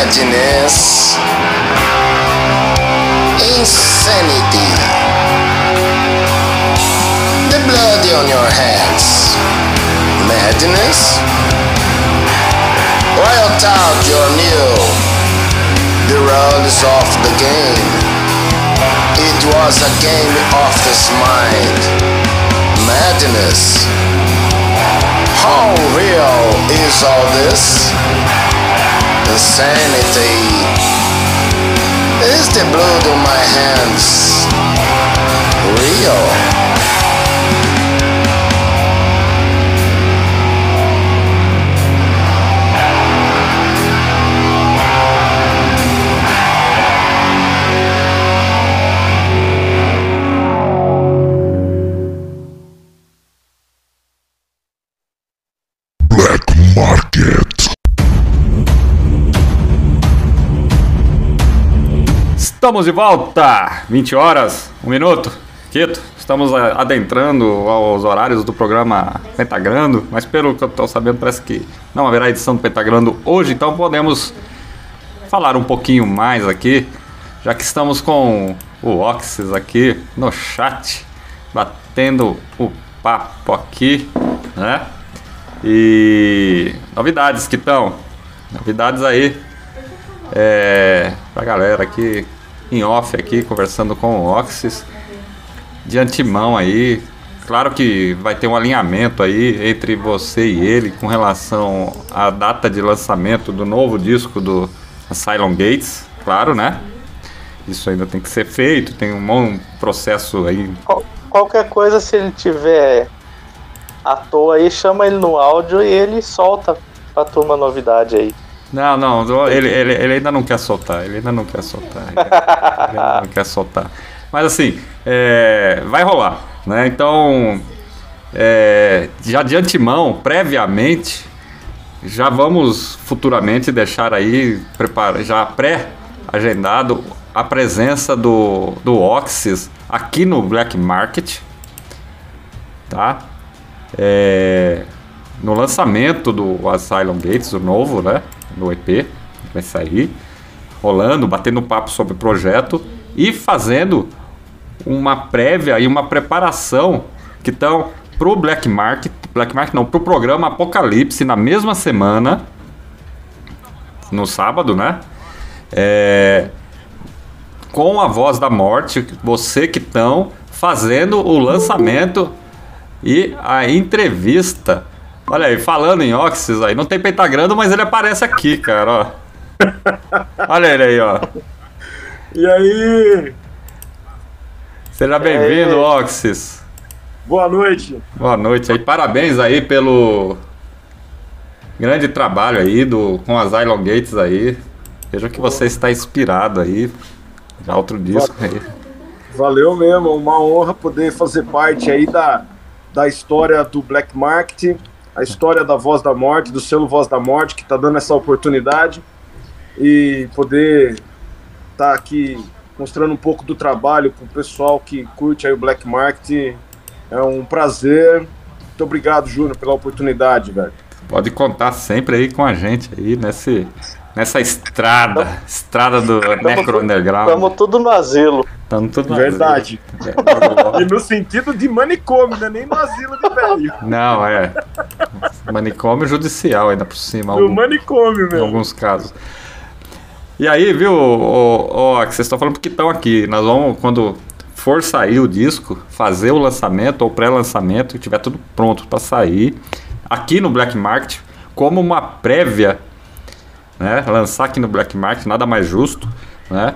madness, insanity, the blood on your hands, madness. While thought you knew the rules of the game, it was a game of his mind, madness. How real is all this? Insanity. Is the blood on my hands real? Black Market. Estamos de volta, 20 horas, 1 minuto, quieto. Estamos adentrando aos horários do programa Pentagrando, mas pelo que eu estou sabendo parece que não haverá edição do Pentagrando hoje, então podemos falar um pouquinho mais aqui, já que estamos com o Oxys aqui no chat, batendo o papo aqui, né? E novidades que estão, novidades aí pra galera aqui em off aqui, conversando com o Oxys de antemão aí. Claro que vai ter um alinhamento aí entre você e ele com relação à data de lançamento do novo disco do Asylum Gates, claro, né? Isso ainda tem que ser feito, tem um bom processo aí. Qualquer coisa, se ele tiver à toa aí, chama ele no áudio e ele solta pra turma novidade aí. Não, ele ainda não quer soltar, ele ainda não quer soltar. Mas assim, vai rolar, né? Então, já de antemão, previamente, já vamos futuramente deixar aí, já pré-agendado a presença do Oxys aqui no Black Market, tá? No lançamento do Asylum Gates, o novo, né? No EP, vai sair, rolando, batendo papo sobre o projeto e fazendo uma prévia e uma preparação que estão pro Black Market não, pro programa Apocalipse na mesma semana, no sábado, né? Com a Voz da Morte, você que estão fazendo o lançamento e a entrevista. Olha aí, falando em Oxys aí, não tem pentagrama, mas ele aparece aqui, cara, ó. Olha ele aí, ó. E aí? Seja bem-vindo, Oxys. Boa noite. Boa noite aí, parabéns aí pelo grande trabalho aí com as Asylum Gates aí. Veja que você está inspirado aí, já outro disco aí. Valeu mesmo, uma honra poder fazer parte aí da história do Black Market, a história da Voz da Morte, do selo Voz da Morte, que está dando essa oportunidade, e poder estar aqui mostrando um pouco do trabalho para o pessoal que curte aí o Black Market. É um prazer. Muito obrigado, Júnior, pela oportunidade, velho. Pode contar sempre aí com a gente aí nessa estrada do Necro Underground. Estamos tudo no asilo. Estamos tudo no Verdade. E no sentido de manicômio, né? Nem no asilo de velho. Não, manicômio judicial ainda por cima. No manicômio mesmo. Em alguns casos. E aí, viu, que vocês estão falando que estão aqui. Nós vamos, quando for sair o disco, fazer o lançamento ou pré-lançamento, que tiver tudo pronto para sair, aqui no Black Market, como uma prévia, né? Lançar aqui no Black Market, nada mais justo, né?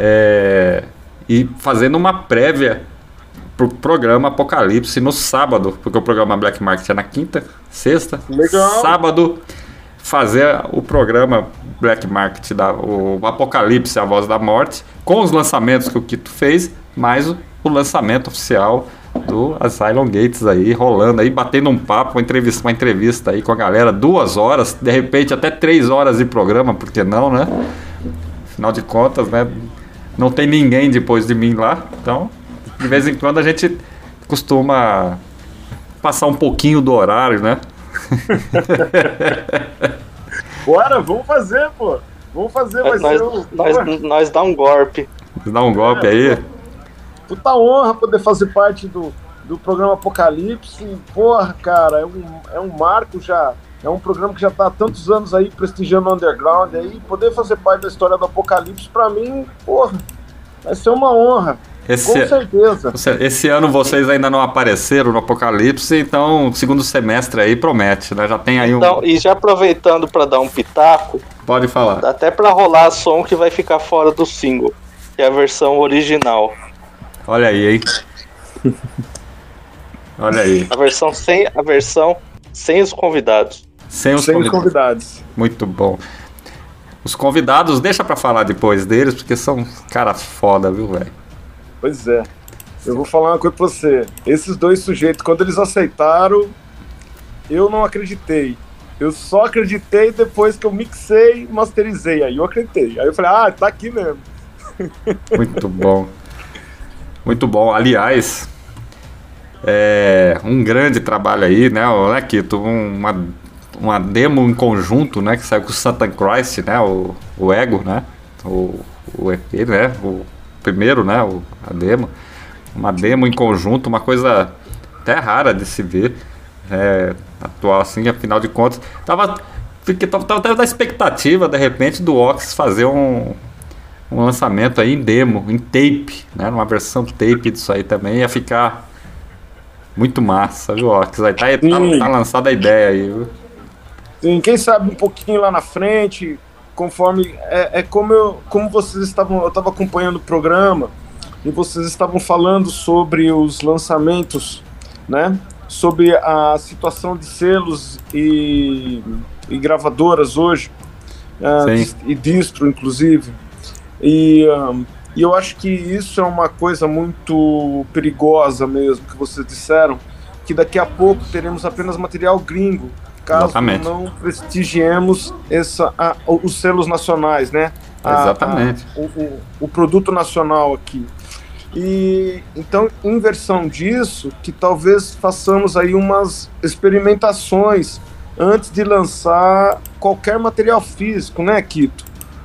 E fazendo uma prévia pro programa Apocalipse no sábado, porque o programa Black Market é na quinta, sexta. Legal. Sábado, fazer o programa Black Market, o Apocalipse, a Voz da Morte, com os lançamentos que o Kito fez, mais o lançamento oficial do Asylum Gates aí, rolando aí, batendo um papo, uma entrevista aí com a galera, 2 horas, de repente até 3 horas de programa, por que não, né? Afinal de contas, né? Não tem ninguém depois de mim lá, então de vez em quando a gente costuma passar um pouquinho do horário, né? Bora, vamos fazer, pô. Vamos fazer, vai Nós, ser um... nós dá um golpe. Dá um golpe aí. Puta honra poder fazer parte do programa Apocalipse. Porra, cara, é um marco já. É um programa que já tá há tantos anos aí prestigiando o underground aí. Poder fazer parte da história do Apocalipse, pra mim, porra, vai ser uma honra. Com certeza. Esse ano vocês ainda não apareceram no Apocalipse, então o segundo semestre aí promete, né? Já tem aí Então, e já aproveitando pra dar um pitaco, Pode falar. dá até pra rolar som que vai ficar fora do single, que é a versão original. Olha aí, hein? Olha aí. A versão sem os convidados. Sem os convidados. Muito bom. Os convidados, deixa pra falar depois deles, porque são caras foda, viu, velho? Pois é. Eu vou falar uma coisa pra você. Esses dois sujeitos, quando eles aceitaram, eu não acreditei. Eu só acreditei depois que eu mixei e masterizei. Aí eu acreditei. Aí eu falei, tá aqui mesmo. Muito bom. Muito bom. Aliás, um grande trabalho aí, né, Kito? Uma demo em conjunto, né, que saiu com o Satan Christ, né, o Ego, né, o EP, né, o primeiro, né, a demo. Uma demo em conjunto, uma coisa até rara de se ver, atual assim, afinal de contas. Tava até na expectativa, de repente, do Ox fazer um lançamento aí em demo, em tape, né, numa versão tape disso aí também, ia ficar muito massa, viu, Ox? Aí tá lançada a ideia aí, viu? Sim, quem sabe um pouquinho lá na frente, conforme... como vocês estavam... Eu estava acompanhando o programa e vocês estavam falando sobre os lançamentos, né? Sobre a situação de selos e gravadoras hoje, e distro, inclusive. E eu acho que isso é uma coisa muito perigosa mesmo, que vocês disseram, que daqui a pouco teremos apenas material gringo, caso Exatamente. não prestigiemos os selos nacionais, né? Exatamente. O produto nacional aqui. E então, em versão disso, que talvez façamos aí umas experimentações antes de lançar qualquer material físico, né, Kito?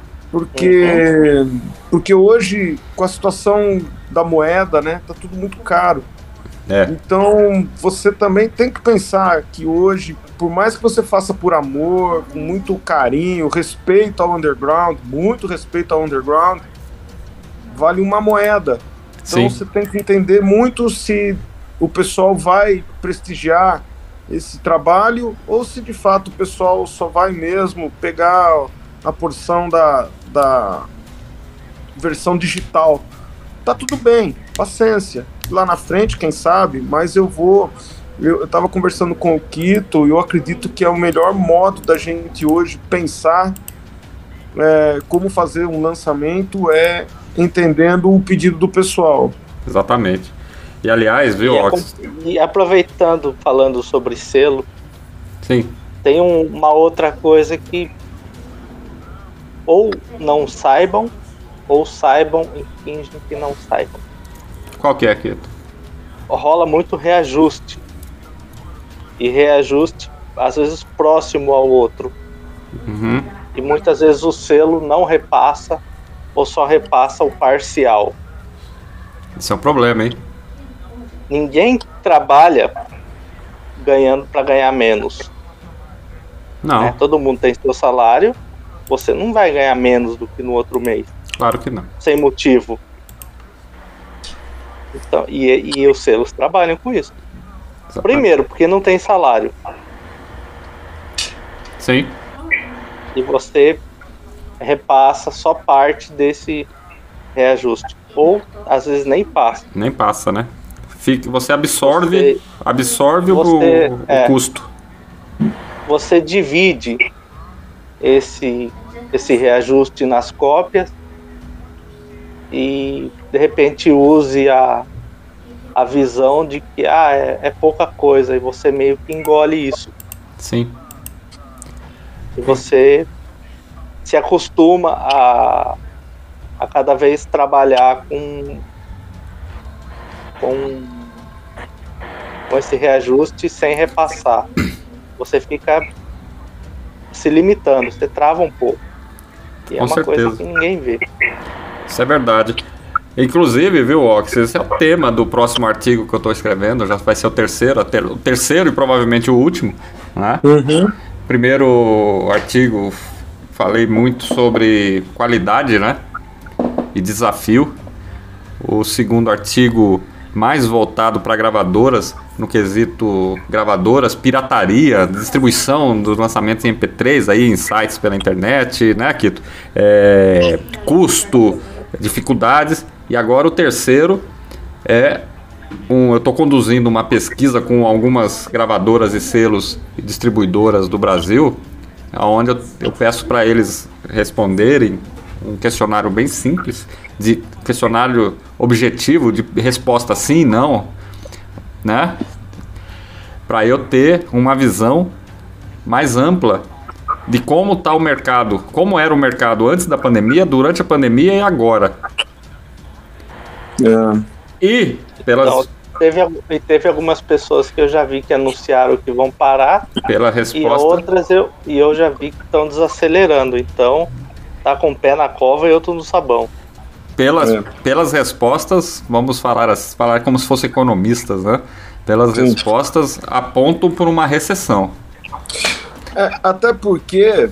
Porque hoje, com a situação da moeda, né, tá tudo muito caro. Então, você também tem que pensar que hoje, por mais que você faça por amor, com muito carinho, respeito ao underground, muito respeito ao underground, vale uma moeda. Então, você tem que entender muito se o pessoal vai prestigiar esse trabalho ou se de fato o pessoal só vai mesmo pegar a porção da versão digital. Tá tudo bem, paciência. Lá na frente, quem sabe, mas eu tava conversando com o Kito e eu acredito que é o melhor modo da gente hoje pensar como fazer um lançamento entendendo o pedido do pessoal. Exatamente. E aliás, viu, Ox? E aproveitando, falando sobre selo, sim, tem uma outra coisa que ou não saibam, ou saibam e fingem que não saibam. Qual que é, Kito? Rola muito reajuste. E reajuste, às vezes, próximo ao outro. Uhum. E muitas vezes o selo não repassa, ou só repassa o parcial. Isso é um problema, hein? Ninguém trabalha ganhando para ganhar menos. Não. Todo mundo tem seu salário, você não vai ganhar menos do que no outro mês. Claro que não. Sem motivo. Então, e os selos trabalham com isso. Exatamente. Primeiro, porque não tem salário. Sim. E você repassa só parte desse reajuste. Ou, às vezes, nem passa. Nem passa, né? Você absorve o custo. Você divide esse reajuste nas cópias e, de repente, use a visão de que é pouca coisa e você meio que engole isso. Sim. E você se acostuma a cada vez trabalhar com esse reajuste sem repassar. Você fica se limitando, você trava um pouco. E é Com uma certeza. coisa que ninguém vê. Isso é verdade. Inclusive, viu, Ox, esse é o tema do próximo artigo que eu estou escrevendo, já vai ser o terceiro e provavelmente o último, né? Primeiro artigo, falei muito sobre qualidade, né? E desafio. O segundo artigo, mais voltado para gravadoras, no quesito gravadoras, pirataria, distribuição dos lançamentos em MP3, aí em sites pela internet, né, Quito? Custo, dificuldades. E agora o terceiro eu estou conduzindo uma pesquisa com algumas gravadoras e selos e distribuidoras do Brasil, onde eu peço para eles responderem um questionário bem simples, de questionário objetivo, de resposta sim e não, né? Para eu ter uma visão mais ampla de como está o mercado, como era o mercado antes da pandemia, durante a pandemia e agora. E pelas... Teve algumas pessoas que eu já vi que anunciaram que vão parar. Pela E resposta... outras eu já vi que estão desacelerando. Então, tá com o pé na cova e eu tô no sabão. Pelas respostas, vamos falar como se fossem economistas, né? Pelas respostas, apontam por uma recessão. Até porque,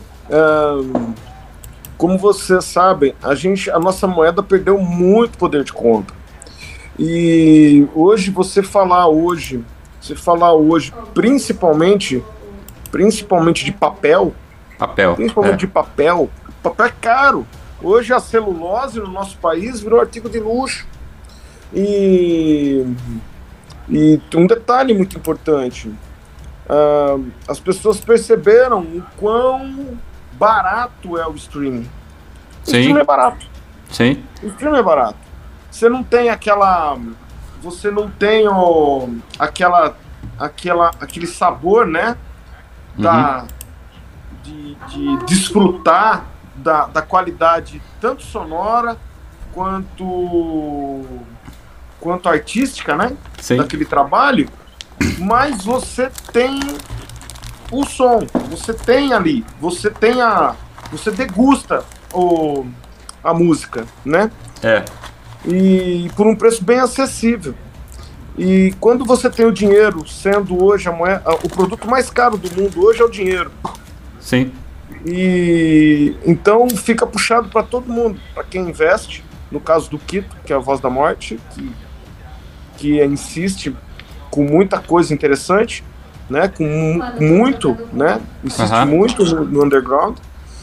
como vocês sabem, a nossa moeda perdeu muito poder de compra. E hoje, você falar hoje, principalmente de papel, de papel é caro. Hoje a celulose no nosso país virou artigo de luxo. E um detalhe muito importante, as pessoas perceberam o quão barato é o streaming. O streaming é barato. Sim. O streaming é barato. Você não tem aquele sabor, né? De desfrutar da qualidade tanto sonora quanto artística, né? Sim. Daquele trabalho, mas você tem o som, você tem ali, você degusta a música, né? E por um preço bem acessível. E quando você tem o dinheiro, sendo hoje o produto mais caro do mundo hoje é o dinheiro. Sim. E então fica puxado para todo mundo, para quem investe, no caso do Quito, que é a Voz da Morte, que insiste com muita coisa interessante, né? Com muito, né? Insiste muito no underground.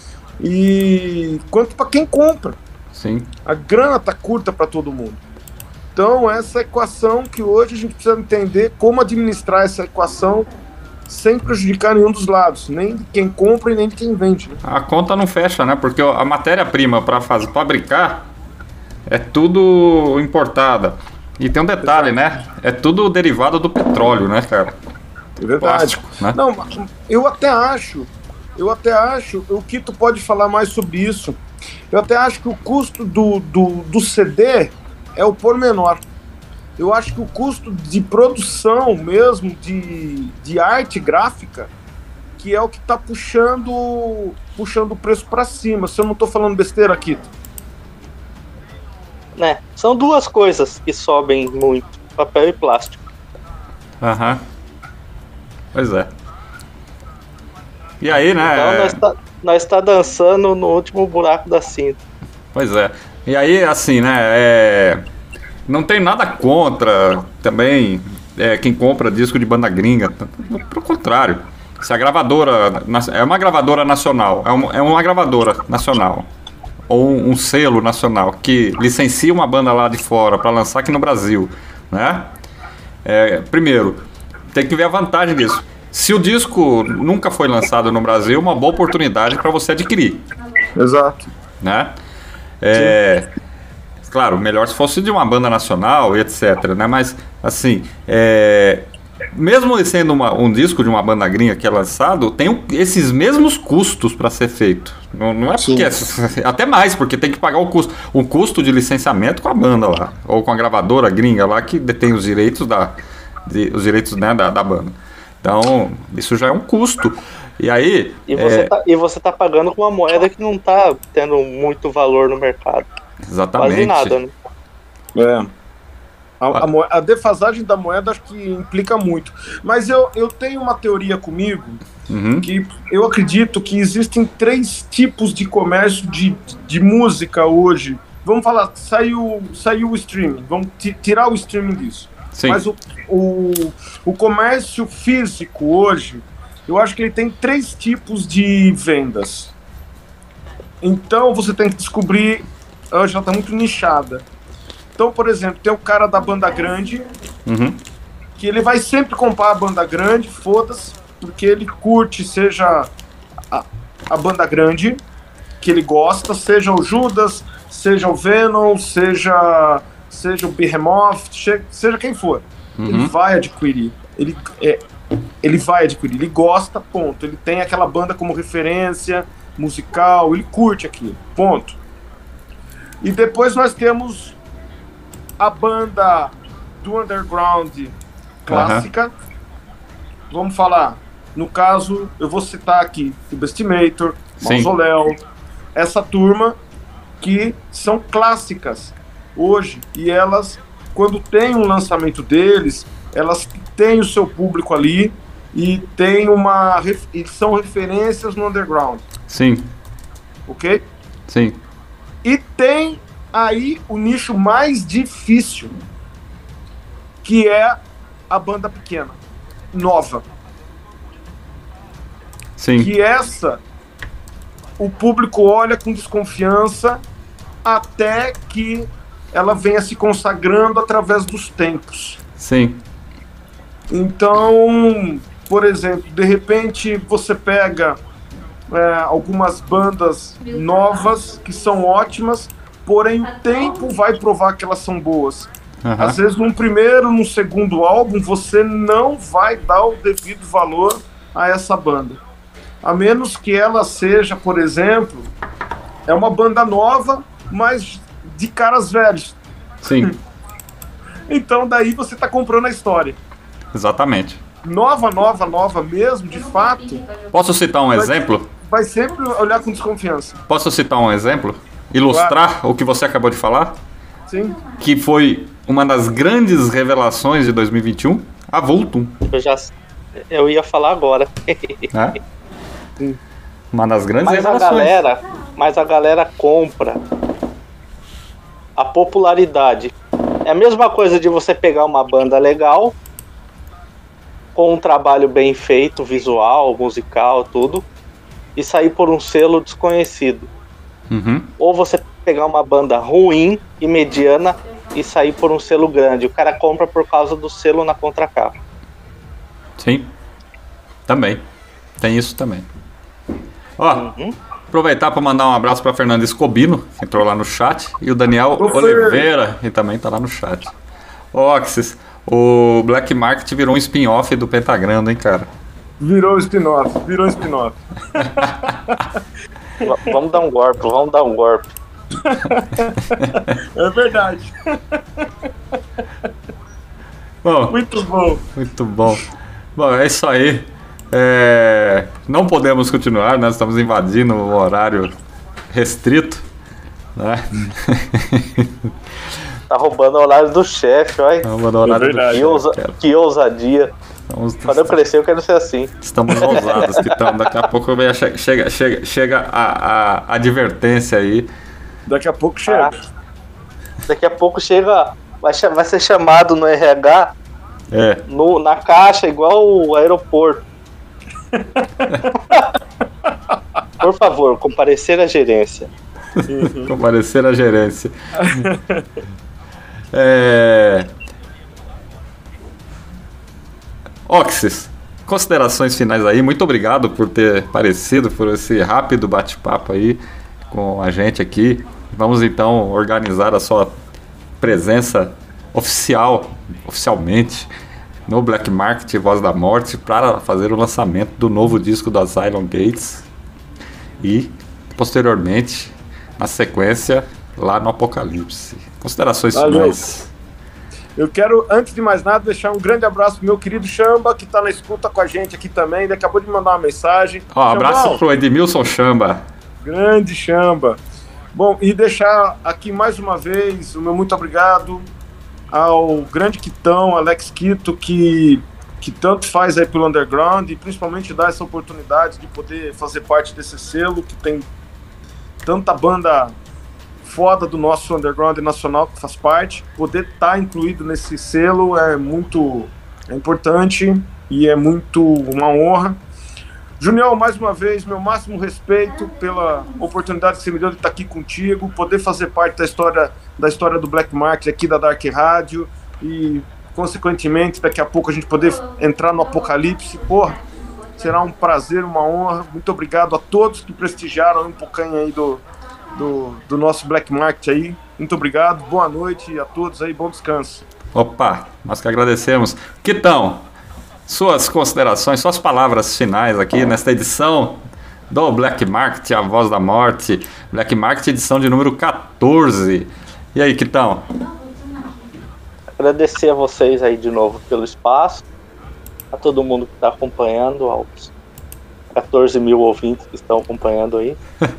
E quanto para quem compra. Sim. A grana tá curta para todo mundo. Então essa equação que hoje a gente precisa entender como administrar essa equação sem prejudicar nenhum dos lados, nem de quem compra e nem de quem vende, né? A conta não fecha, né? Porque a matéria-prima para fabricar é tudo importada. E tem um detalhe, né? É tudo derivado do petróleo, né, cara? É verdade. Plástico, né? Não, eu até acho, o Quito pode falar mais sobre isso. Eu até acho que o custo do CD é o pormenor. Eu acho que o custo de produção mesmo, de arte gráfica, que é o que está puxando o preço para cima. Se eu não estou falando besteira aqui. São duas coisas que sobem muito, papel e plástico. Pois é. E aí, né? Então nós tá dançando no último buraco da cinta. Pois é. E aí, assim, né? Não tem nada contra também quem compra disco de banda gringa. Pelo contrário. Se a gravadora é uma gravadora nacional, é uma gravadora nacional, ou um selo nacional que licencia uma banda lá de fora para lançar aqui no Brasil, né? Primeiro, tem que ver a vantagem disso. Se o disco nunca foi lançado no Brasil, é uma boa oportunidade para você adquirir. Exato. Né? Claro, melhor se fosse de uma banda nacional e etc, né? Mas, assim, mesmo sendo um disco de uma banda gringa que é lançado, tem esses mesmos custos para ser feito. Não é porque até mais, porque tem que pagar o custo de licenciamento com a banda lá, ou com a gravadora gringa lá que detém os direitos, né, da banda. Então, isso já é um custo. E aí... E você tá pagando com uma moeda que não tá tendo muito valor no mercado. Exatamente. Quase nada, né? A defasagem da moeda acho que implica muito. Mas eu tenho uma teoria comigo que eu acredito que existem 3 tipos de comércio de música hoje. Vamos falar, saiu o streaming, vamos tirar o streaming disso. Sim. Mas o comércio físico hoje, eu acho que ele tem 3 tipos de vendas. Então você tem que descobrir, já está muito nichada. Então, por exemplo, tem o cara da banda grande, que ele vai sempre comprar a banda grande, foda-se, porque ele curte, seja a banda grande, que ele gosta, seja o Judas, seja o Venom, seja o Behemoth, seja quem for. Ele vai adquirir. Ele vai adquirir, ele gosta, ponto. Ele tem aquela banda como referência musical, ele curte aquilo, ponto. E depois nós temos a banda do underground clássica. Vamos falar, no caso, eu vou citar aqui o Bestimator, Mausoléu, essa turma que são clássicas hoje, e elas, quando tem um lançamento deles, elas têm o seu público ali e tem e são referências no underground. Sim. Ok? Sim. E tem aí o nicho mais difícil, que é a banda pequena, nova. Sim. Que essa, o público olha com desconfiança até que ela venha se consagrando através dos tempos. Sim. Então, por exemplo, de repente você pega algumas bandas novas que são ótimas, porém o tempo vai provar que elas são boas. Às vezes num primeiro, num segundo álbum, você não vai dar o devido valor a essa banda. A menos que ela seja, por exemplo, é uma banda nova, mas de caras velhos. Sim. Então daí você está comprando a história. Exatamente. Nova mesmo, de fato. Posso citar um exemplo? Vai sempre olhar com desconfiança. Posso citar um exemplo? Ilustrar o que você acabou de falar? Sim. Que foi uma das grandes revelações de 2021, a Vultum. Eu ia falar agora. Né? Uma das grandes revelações. Mas a galera compra a popularidade. É a mesma coisa de você pegar uma banda legal, com um trabalho bem feito, visual, musical, tudo, e sair por um selo desconhecido. Ou você pegar uma banda ruim e mediana e sair por um selo grande. O cara compra por causa do selo na contracapa. Sim. Também. Tem isso também. Ó, aproveitar para mandar um abraço para Fernando Escobino, que entrou lá no chat, e o Daniel Oliveira, que também tá lá no chat. Oxys, o Black Market virou um spin-off do Pentagrama, hein, cara? Virou spin-off. Vamos dar um golpe. É verdade. Bom, muito bom. Bom, é isso aí. Não podemos continuar, nós estamos invadindo o horário restrito, né? Tá roubando o horário do chefe, olha. Tá roubando o horário do chefe. Que ousadia. Quando eu crescer, eu quero ser assim. Estamos ousados, daqui a pouco chega a advertência aí. Daqui a pouco chega. Daqui a pouco chega. Vai ser chamado no RH. Na caixa, igual o aeroporto. Por favor, comparecer à gerência. Comparecer à gerência. Oxys, considerações finais aí. Muito obrigado por ter aparecido, por esse rápido bate-papo aí com a gente aqui. Vamos então organizar a sua presença oficialmente no Black Market Voz da Morte para fazer o lançamento do novo disco do Asylum Gates e posteriormente, na sequência, lá no Apocalipse. Considerações finais. Eu quero, antes de mais nada, deixar um grande abraço pro meu querido Chamba, que tá na escuta com a gente aqui também. Ele acabou de me mandar uma mensagem. Ó, abraço pro Edmilson Chamba. Grande Chamba. Bom, e deixar aqui mais uma vez o meu muito obrigado ao grande Quitão, Alex Quito, que tanto faz aí pelo Underground e principalmente dá essa oportunidade de poder fazer parte desse selo que tem tanta banda foda do nosso underground nacional que faz parte. Poder estar incluído nesse selo é importante e é muito uma honra. Juniel, mais uma vez, meu máximo respeito pela oportunidade que você me deu de estar aqui contigo, poder fazer parte da história do Black Market aqui da Dark Rádio e, consequentemente, daqui a pouco a gente poder entrar no Apocalipse. Porra, será um prazer, uma honra. Muito obrigado a todos que prestigiaram um pouquinho aí do nosso Black Market aí. Muito obrigado, boa noite a todos aí, bom descanso. Opa, nós que agradecemos. Quitão, suas considerações, suas palavras finais aqui nesta edição do Black Market, a voz da morte. Black Market, edição de número 14. E aí, Quitão? Agradecer a vocês aí de novo pelo espaço, a todo mundo que está acompanhando, aos 14 mil ouvintes que estão acompanhando aí.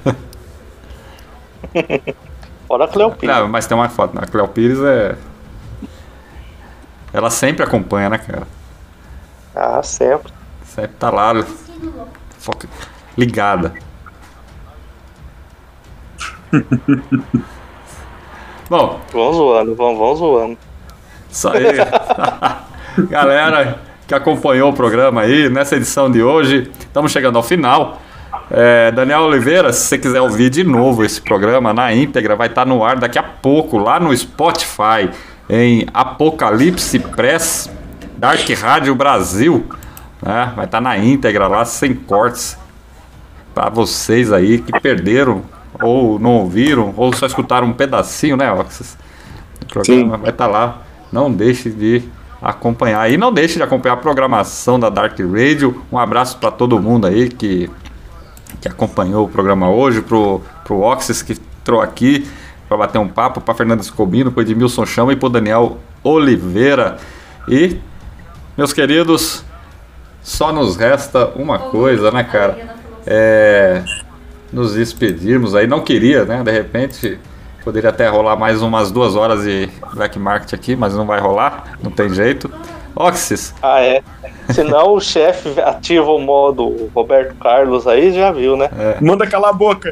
Fora a Cleo Pires. Não, mas tem uma foto, a Cleo Pires ela sempre acompanha, né, cara? Ah, sempre. Sempre tá lá, ligada. Bom, vamos zoando. Isso aí. Galera que acompanhou o programa aí nessa edição de hoje, estamos chegando ao final. Daniel Oliveira, se você quiser ouvir de novo esse programa na íntegra, vai estar no ar daqui a pouco lá no Spotify, em Apocalipse Press Dark Rádio Brasil, né? Vai estar na íntegra lá, sem cortes, para vocês aí que perderam ou não ouviram ou só escutaram um pedacinho, né, Oxys? O programa vai estar lá. Não deixe de acompanhar. E não deixe de acompanhar a programação da Dark Radio. Um abraço para todo mundo aí que acompanhou o programa hoje, pro Oxys que entrou aqui para bater um papo, para Fernanda Scobino, pro Edmilson Chama e pro Daniel Oliveira. E, meus queridos, só nos resta uma coisa, né, cara? Nos despedirmos aí. Não queria, né? De repente poderia até rolar mais umas 2 horas de Black Market aqui, mas não vai rolar, não tem jeito. Oxys. Ah, é. Senão o chefe ativa o modo Roberto Carlos aí, já viu, né? Manda calar a boca.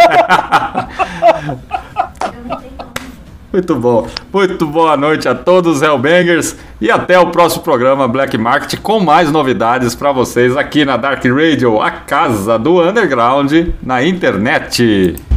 Muito bom. Muito boa noite a todos, Hellbangers. E até o próximo programa Black Market com mais novidades para vocês aqui na Dark Radio, a casa do underground na internet.